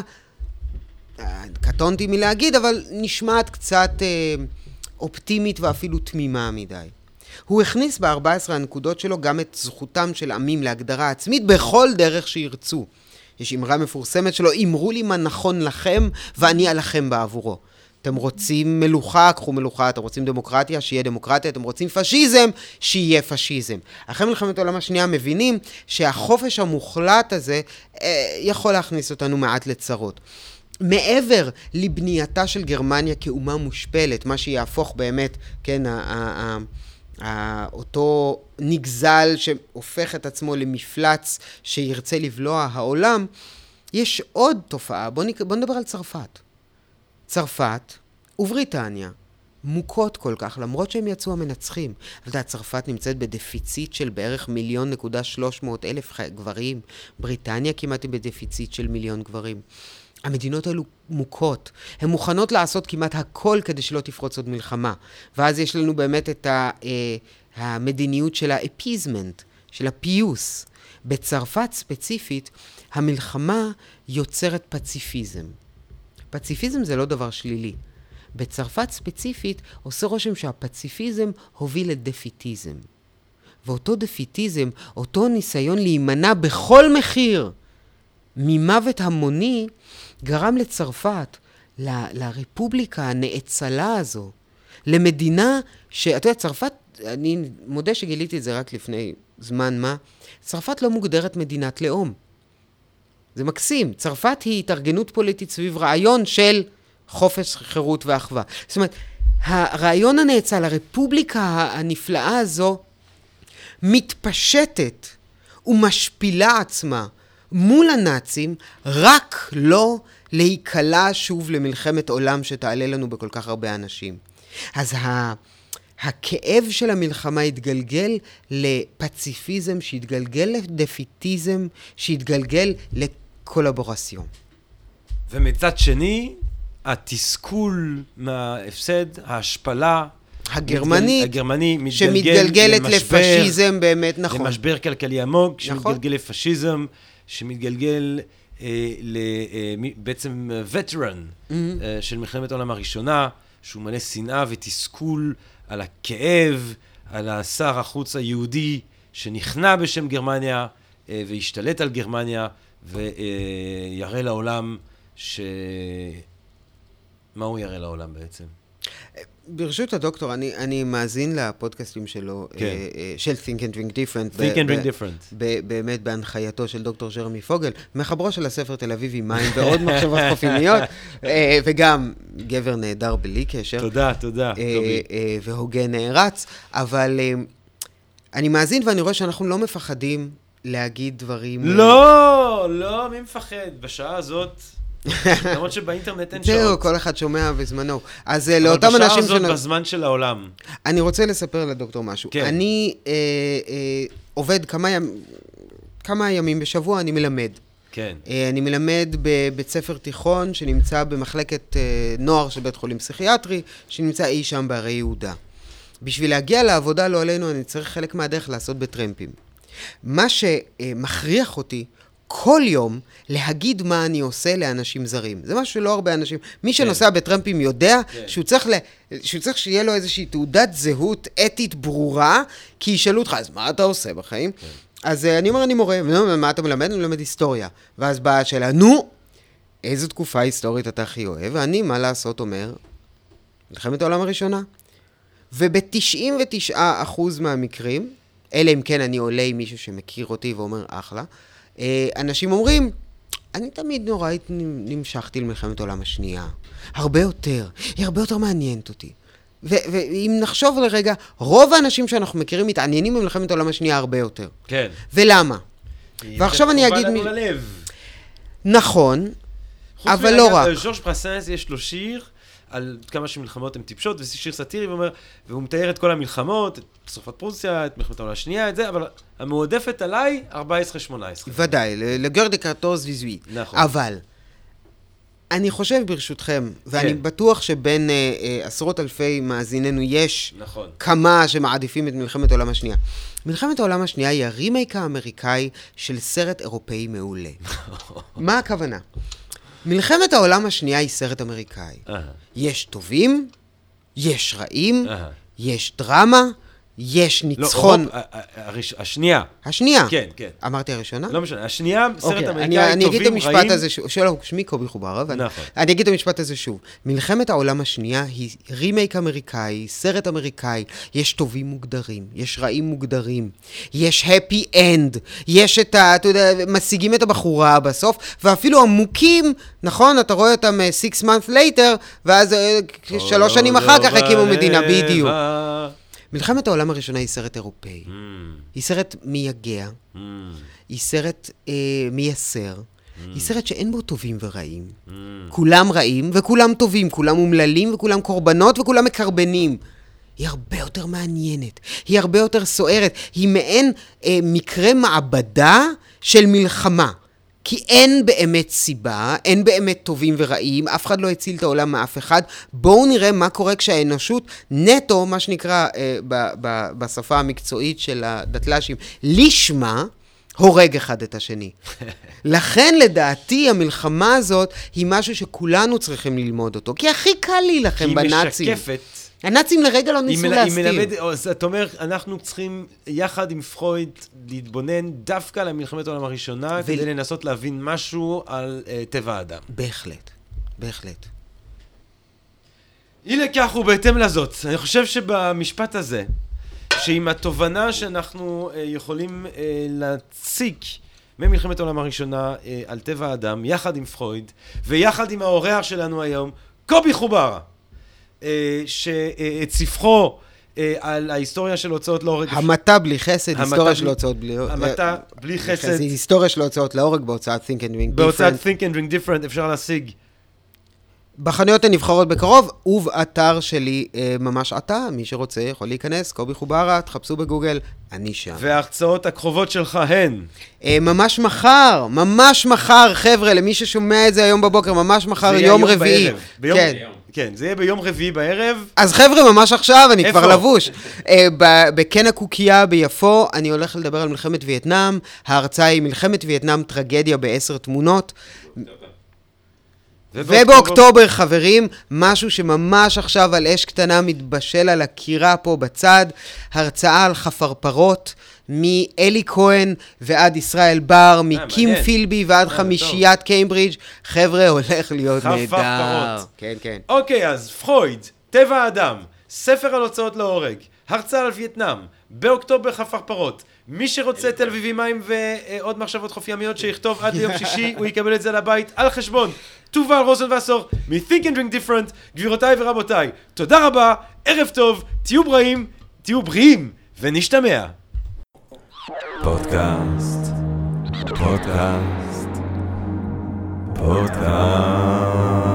קטונתי מלהגיד, אבל נשמעת קצת אה, אופטימית ואפילו תמימה מדי. הוא הכניס ב-ארבע עשרה הנקודות שלו גם את זכותם של עמים להגדרה עצמית בכל דרך שירצו. יש אמרה מפורסמת שלו, אמרו לי מה נכון לכם ואני אלחם בעבורו. אתם רוצים מלוכה, קחו מלוכה, אתם רוצים דמוקרטיה, שיהיה דמוקרטיה, אתם רוצים פשיזם, שיהיה פשיזם. אחרי מלחמת העולם השנייה מבינים שהחופש המוחלט הזה אה, יכול להכניס אותנו מעט לצרות. מעבר לבנייתה של גרמניה כאומה מושפלת, מה שיהפוך באמת, כן, ה... ה, ה אותו נגזל שהופך את עצמו למפלץ שירצה לבלוע העולם, יש עוד תופעה. בוא, נק... בוא נדבר על צרפת. צרפת ובריטניה מוכות כל כך, למרות שהם יצאו המנצחים. אבל צרפת נמצאת בדפיציט של בערך מיליון נקודה שלוש מאות אלף גברים. בריטניה כמעט היא בדפיציט של מיליון גברים. המדינות האלו מוכות. הן מוכנות לעשות כמעט הכל כדי שלא תפרוץ עוד מלחמה. ואז יש לנו באמת את ה, אה, המדיניות של האפיזמנט, של הפיוס. בצרפת ספציפית, המלחמה יוצרת פציפיזם. פציפיזם זה לא דבר שלילי. בצרפת ספציפית עושה רושם שהפציפיזם הוביל לדפיטיזם. ואותו דפיטיזם, אותו ניסיון להימנע בכל מחיר ממוות המוני, גרם לצרפת, ל- לרפובליקה הנאצלה הזו, למדינה שאתה יודע, צרפת, אני מודה שגיליתי את זה רק לפני זמן מה, צרפת לא מוגדרת מדינת לאום. זה מקסים. צרפת היא התארגנות פוליטית סביב רעיון של חופש, חירות ואחווה. זאת אומרת, הרעיון הנאצל, הרפובליקה הנפלאה הזו, מתפשטת ומשפילה עצמה מול הנאצים, רק לא להיקלה שוב למלחמת עולם שתעלה לנו בכל כך הרבה אנשים. אז ה... הכאב של המלחמה התגלגל לפציפיזם, שהתגלגל לדפיטיזם, שהתגלגל לקולבורציון. ומצד שני, התסכול מההפסד, ההשפלה, הגרמנית, הגרמני מתגלגל שמתגלגלת למשבר, לפשיזם באמת, נכון. למשבר כלכלי עמוק, נכון. שמתגלגל לפשיזם, שמתגלגל אה, ל, אה, בעצם וטרן mm-hmm. אה, של מלחמת העולם הראשונה, שהוא מלא שנאה ותסכול על הכאב, על השר החוץ היהודי שנכנע בשם גרמניה אה, והשתלט על גרמניה ויראה לעולם ש... מה הוא יראה לעולם בעצם? ברשות הדוקטור, אני, אני מאזין לפודקאסטים שלו, כן. אה, אה, של Think and Drink Different. Think and Drink Different. ב, באמת בהנחייתו של דוקטור ג'רמי פוגל, מחברו של הספר תל אביב עם מים ועוד מחשבות חופיניות, אה, וגם גבר נהדר בלי קשר. תודה, תודה. אה, אה, והוגן נערץ, אבל אה, אני מאזין ואני רואה שאנחנו לא מפחדים להגיד דברים... לא, לא, מי מפחד? בשעה הזאת... למרות שבאינטרנט אין שעות. זהו, כל אחד שומע בזמנו. אז לאותם אנשים... אבל בשעה הזאת בזמן של העולם. אני רוצה לספר לדוקטור משהו. כן. אני אה, אה, עובד כמה, ימ... כמה ימים בשבוע, אני מלמד. כן. אה, אני מלמד בבית ספר תיכון שנמצא במחלקת אה, נוער של בית חולים פסיכיאטרי, שנמצא אי שם בערי יהודה. בשביל להגיע לעבודה לא עלינו, אני צריך חלק מהדרך לעשות בטרמפים. מה שמכריח אותי כל יום להגיד מה אני עושה לאנשים זרים. זה משהו שלא הרבה אנשים. מי שנוסע בטרמפים יודע שהוא צריך, שהוא צריך שיהיה לו איזושהי תעודת זהות אתית ברורה, כי ישאלו אותך, אז מה אתה עושה בחיים? אז אני אומר, אני מורה, מה אתה מלמד? אני מלמד היסטוריה. ואז באה השאלה, נו, איזו תקופה היסטורית אתה הכי אוהב? ואני, מה לעשות, אומר, מלחמת העולם הראשונה. וב-תשעים ותשעה אחוז מהמקרים, אלא אם כן אני עולה עם מישהו שמכיר אותי ואומר, אחלה, אנשים אומרים, אני תמיד נוראית נמשכתי למלחמת העולם השנייה. הרבה יותר. היא הרבה יותר מעניינת אותי. ו- ואם נחשוב לרגע, רוב האנשים שאנחנו מכירים מתעניינים במלחמת העולם השנייה הרבה יותר. כן. ולמה? ועכשיו אני אגיד... מ... ללב. נכון, אבל לא רק. ז'ורג' ברסנס יש לו שיר על כמה שמלחמות הן טיפשות, ושיר סאטירי, ואומר, והוא מתאר את כל המלחמות, את צרפת פרוסיה, את מלחמת העולם השנייה, את זה, אבל המועדפת עליי, ארבע עשרה שמונה עשרה. ודאי, לגר דה קרטורס ויזואית. נכון. אבל, אני חושב ברשותכם, ואני כן. בטוח שבין אה, אה, עשרות אלפי מאזיננו יש נכון. כמה שמעדיפים את מלחמת העולם השנייה. מלחמת העולם השנייה היא הרימייק האמריקאי של סרט אירופאי מעולה. מה הכוונה? מלחמת העולם השנייה היא סרט אמריקאי. אהה. יש טובים, יש רעים, אהה. יש דרמה, יש ניצחון. לא, הופ, ה- ה- הראש- השנייה. השנייה. כן, כן. אמרתי הראשונה? לא משנה, השנייה, סרט אוקיי, אמריקאי, אני, אני אגיד את טובים, המשפט רעים. הזה שוב, שלום, שמי קובי חוברה, ואני נכון. אני אגיד את המשפט הזה שוב. מלחמת העולם השנייה היא רימייק אמריקאי, סרט אמריקאי, יש טובים מוגדרים, יש רעים מוגדרים, יש happy end, יש את ה... אתה יודע, משיגים את הבחורה בסוף, ואפילו עמוקים, נכון, אתה רואה אותם uh, six months later, ואז uh, שלוש שנים אחר כך הקימו מדינה, בדיוק. מלחמת העולם הראשונה היא סרט אירופאי. Mm, היא סרט מייגע, mm, היא סרט אה, מייסר, היא סרט שאין בו טובים ורעים. mm. כולם רעים וכולם טובים, כולם אומללים וכולם קורבנות וכולם מקרבנים. היא הרבה יותר מעניינת, היא הרבה יותר סוערת, היא מעין אה, מקרה מעבדה של מלחמה. כי אין באמת סיבה, אין באמת טובים ורעים, אף אחד לא הציל את העולם מאף אחד. בואו נראה מה קורה כשהאנושות נטו, מה שנקרא אה, ב- ב- בשפה המקצועית של הדתל"שים, לשמה, הורג אחד את השני. לכן לדעתי המלחמה הזאת היא משהו שכולנו צריכים ללמוד אותו, כי הכי קל להילחם בנאצים. היא משקפת. הנאצים לרגע לא ניסו להסתיר. אתה אומר, אנחנו צריכים יחד עם פרויד להתבונן דווקא על מלחמת העולם הראשונה, ו... כדי לנסות להבין משהו על uh, טבע האדם. בהחלט, בהחלט. הנה כך ובהתאם לזאת, אני חושב שבמשפט הזה, שעם התובנה שאנחנו uh, יכולים uh, להציג ממלחמת העולם הראשונה uh, על טבע האדם, יחד עם פרויד, ויחד עם האורח שלנו היום, קובי חוברה. שאת ספרו על ההיסטוריה של הוצאות להורג. המתה בלי חסד, היסטוריה של הוצאות בלי... המתה בלי חסד. היסטוריה של הוצאות להורג בהוצאת Think and Ring Different. בהוצאת Think and Ring Different אפשר להשיג. בחנויות הנבחרות בקרוב, ובאתר שלי ממש עתה, מי שרוצה יכול להיכנס, קובי חוברה, תחפשו בגוגל, אני שם. וההרצאות הקרובות שלך הן? ממש מחר, ממש מחר, חבר'ה, למי ששומע את זה היום בבוקר, ממש מחר, יום רביעי. ביום כן. כן, זה יהיה ביום רביעי בערב. אז חבר'ה, ממש עכשיו, אני כבר לבוש. בכן הקוקייה ביפו, אני הולך לדבר על מלחמת וייטנאם. ההרצאה היא מלחמת וייטנאם, טרגדיה בעשר תמונות. ובאוקטובר, חברים, משהו שממש עכשיו על אש קטנה מתבשל על הקירה פה בצד, הרצאה על חפרפרות, מאלי כהן ועד ישראל בר, מקים פילבי ועד חמישיית קיימברידג'. חבר'ה, הולך להיות נהדר. חפרפרות. כן, כן. אוקיי, אז פרויד, טבע האדם, ספר על הוצאות להורג, הרצאה על וייטנאם, באוקטובר חפרפרות. מי שרוצה תל אביבי מים ועוד מחשבות חוף ימיות שיכתוב עד ליום שישי, הוא יקבל את זה לבית על חשבון. תובל רוזנבסור, מ-Think and Drink Different. גבירותיי ורבותיי, תודה רבה, ערב טוב, תהיו בריאים, תהיו בריאים, ונשתמע. פודקאסט, פודקאסט, פודקאסט.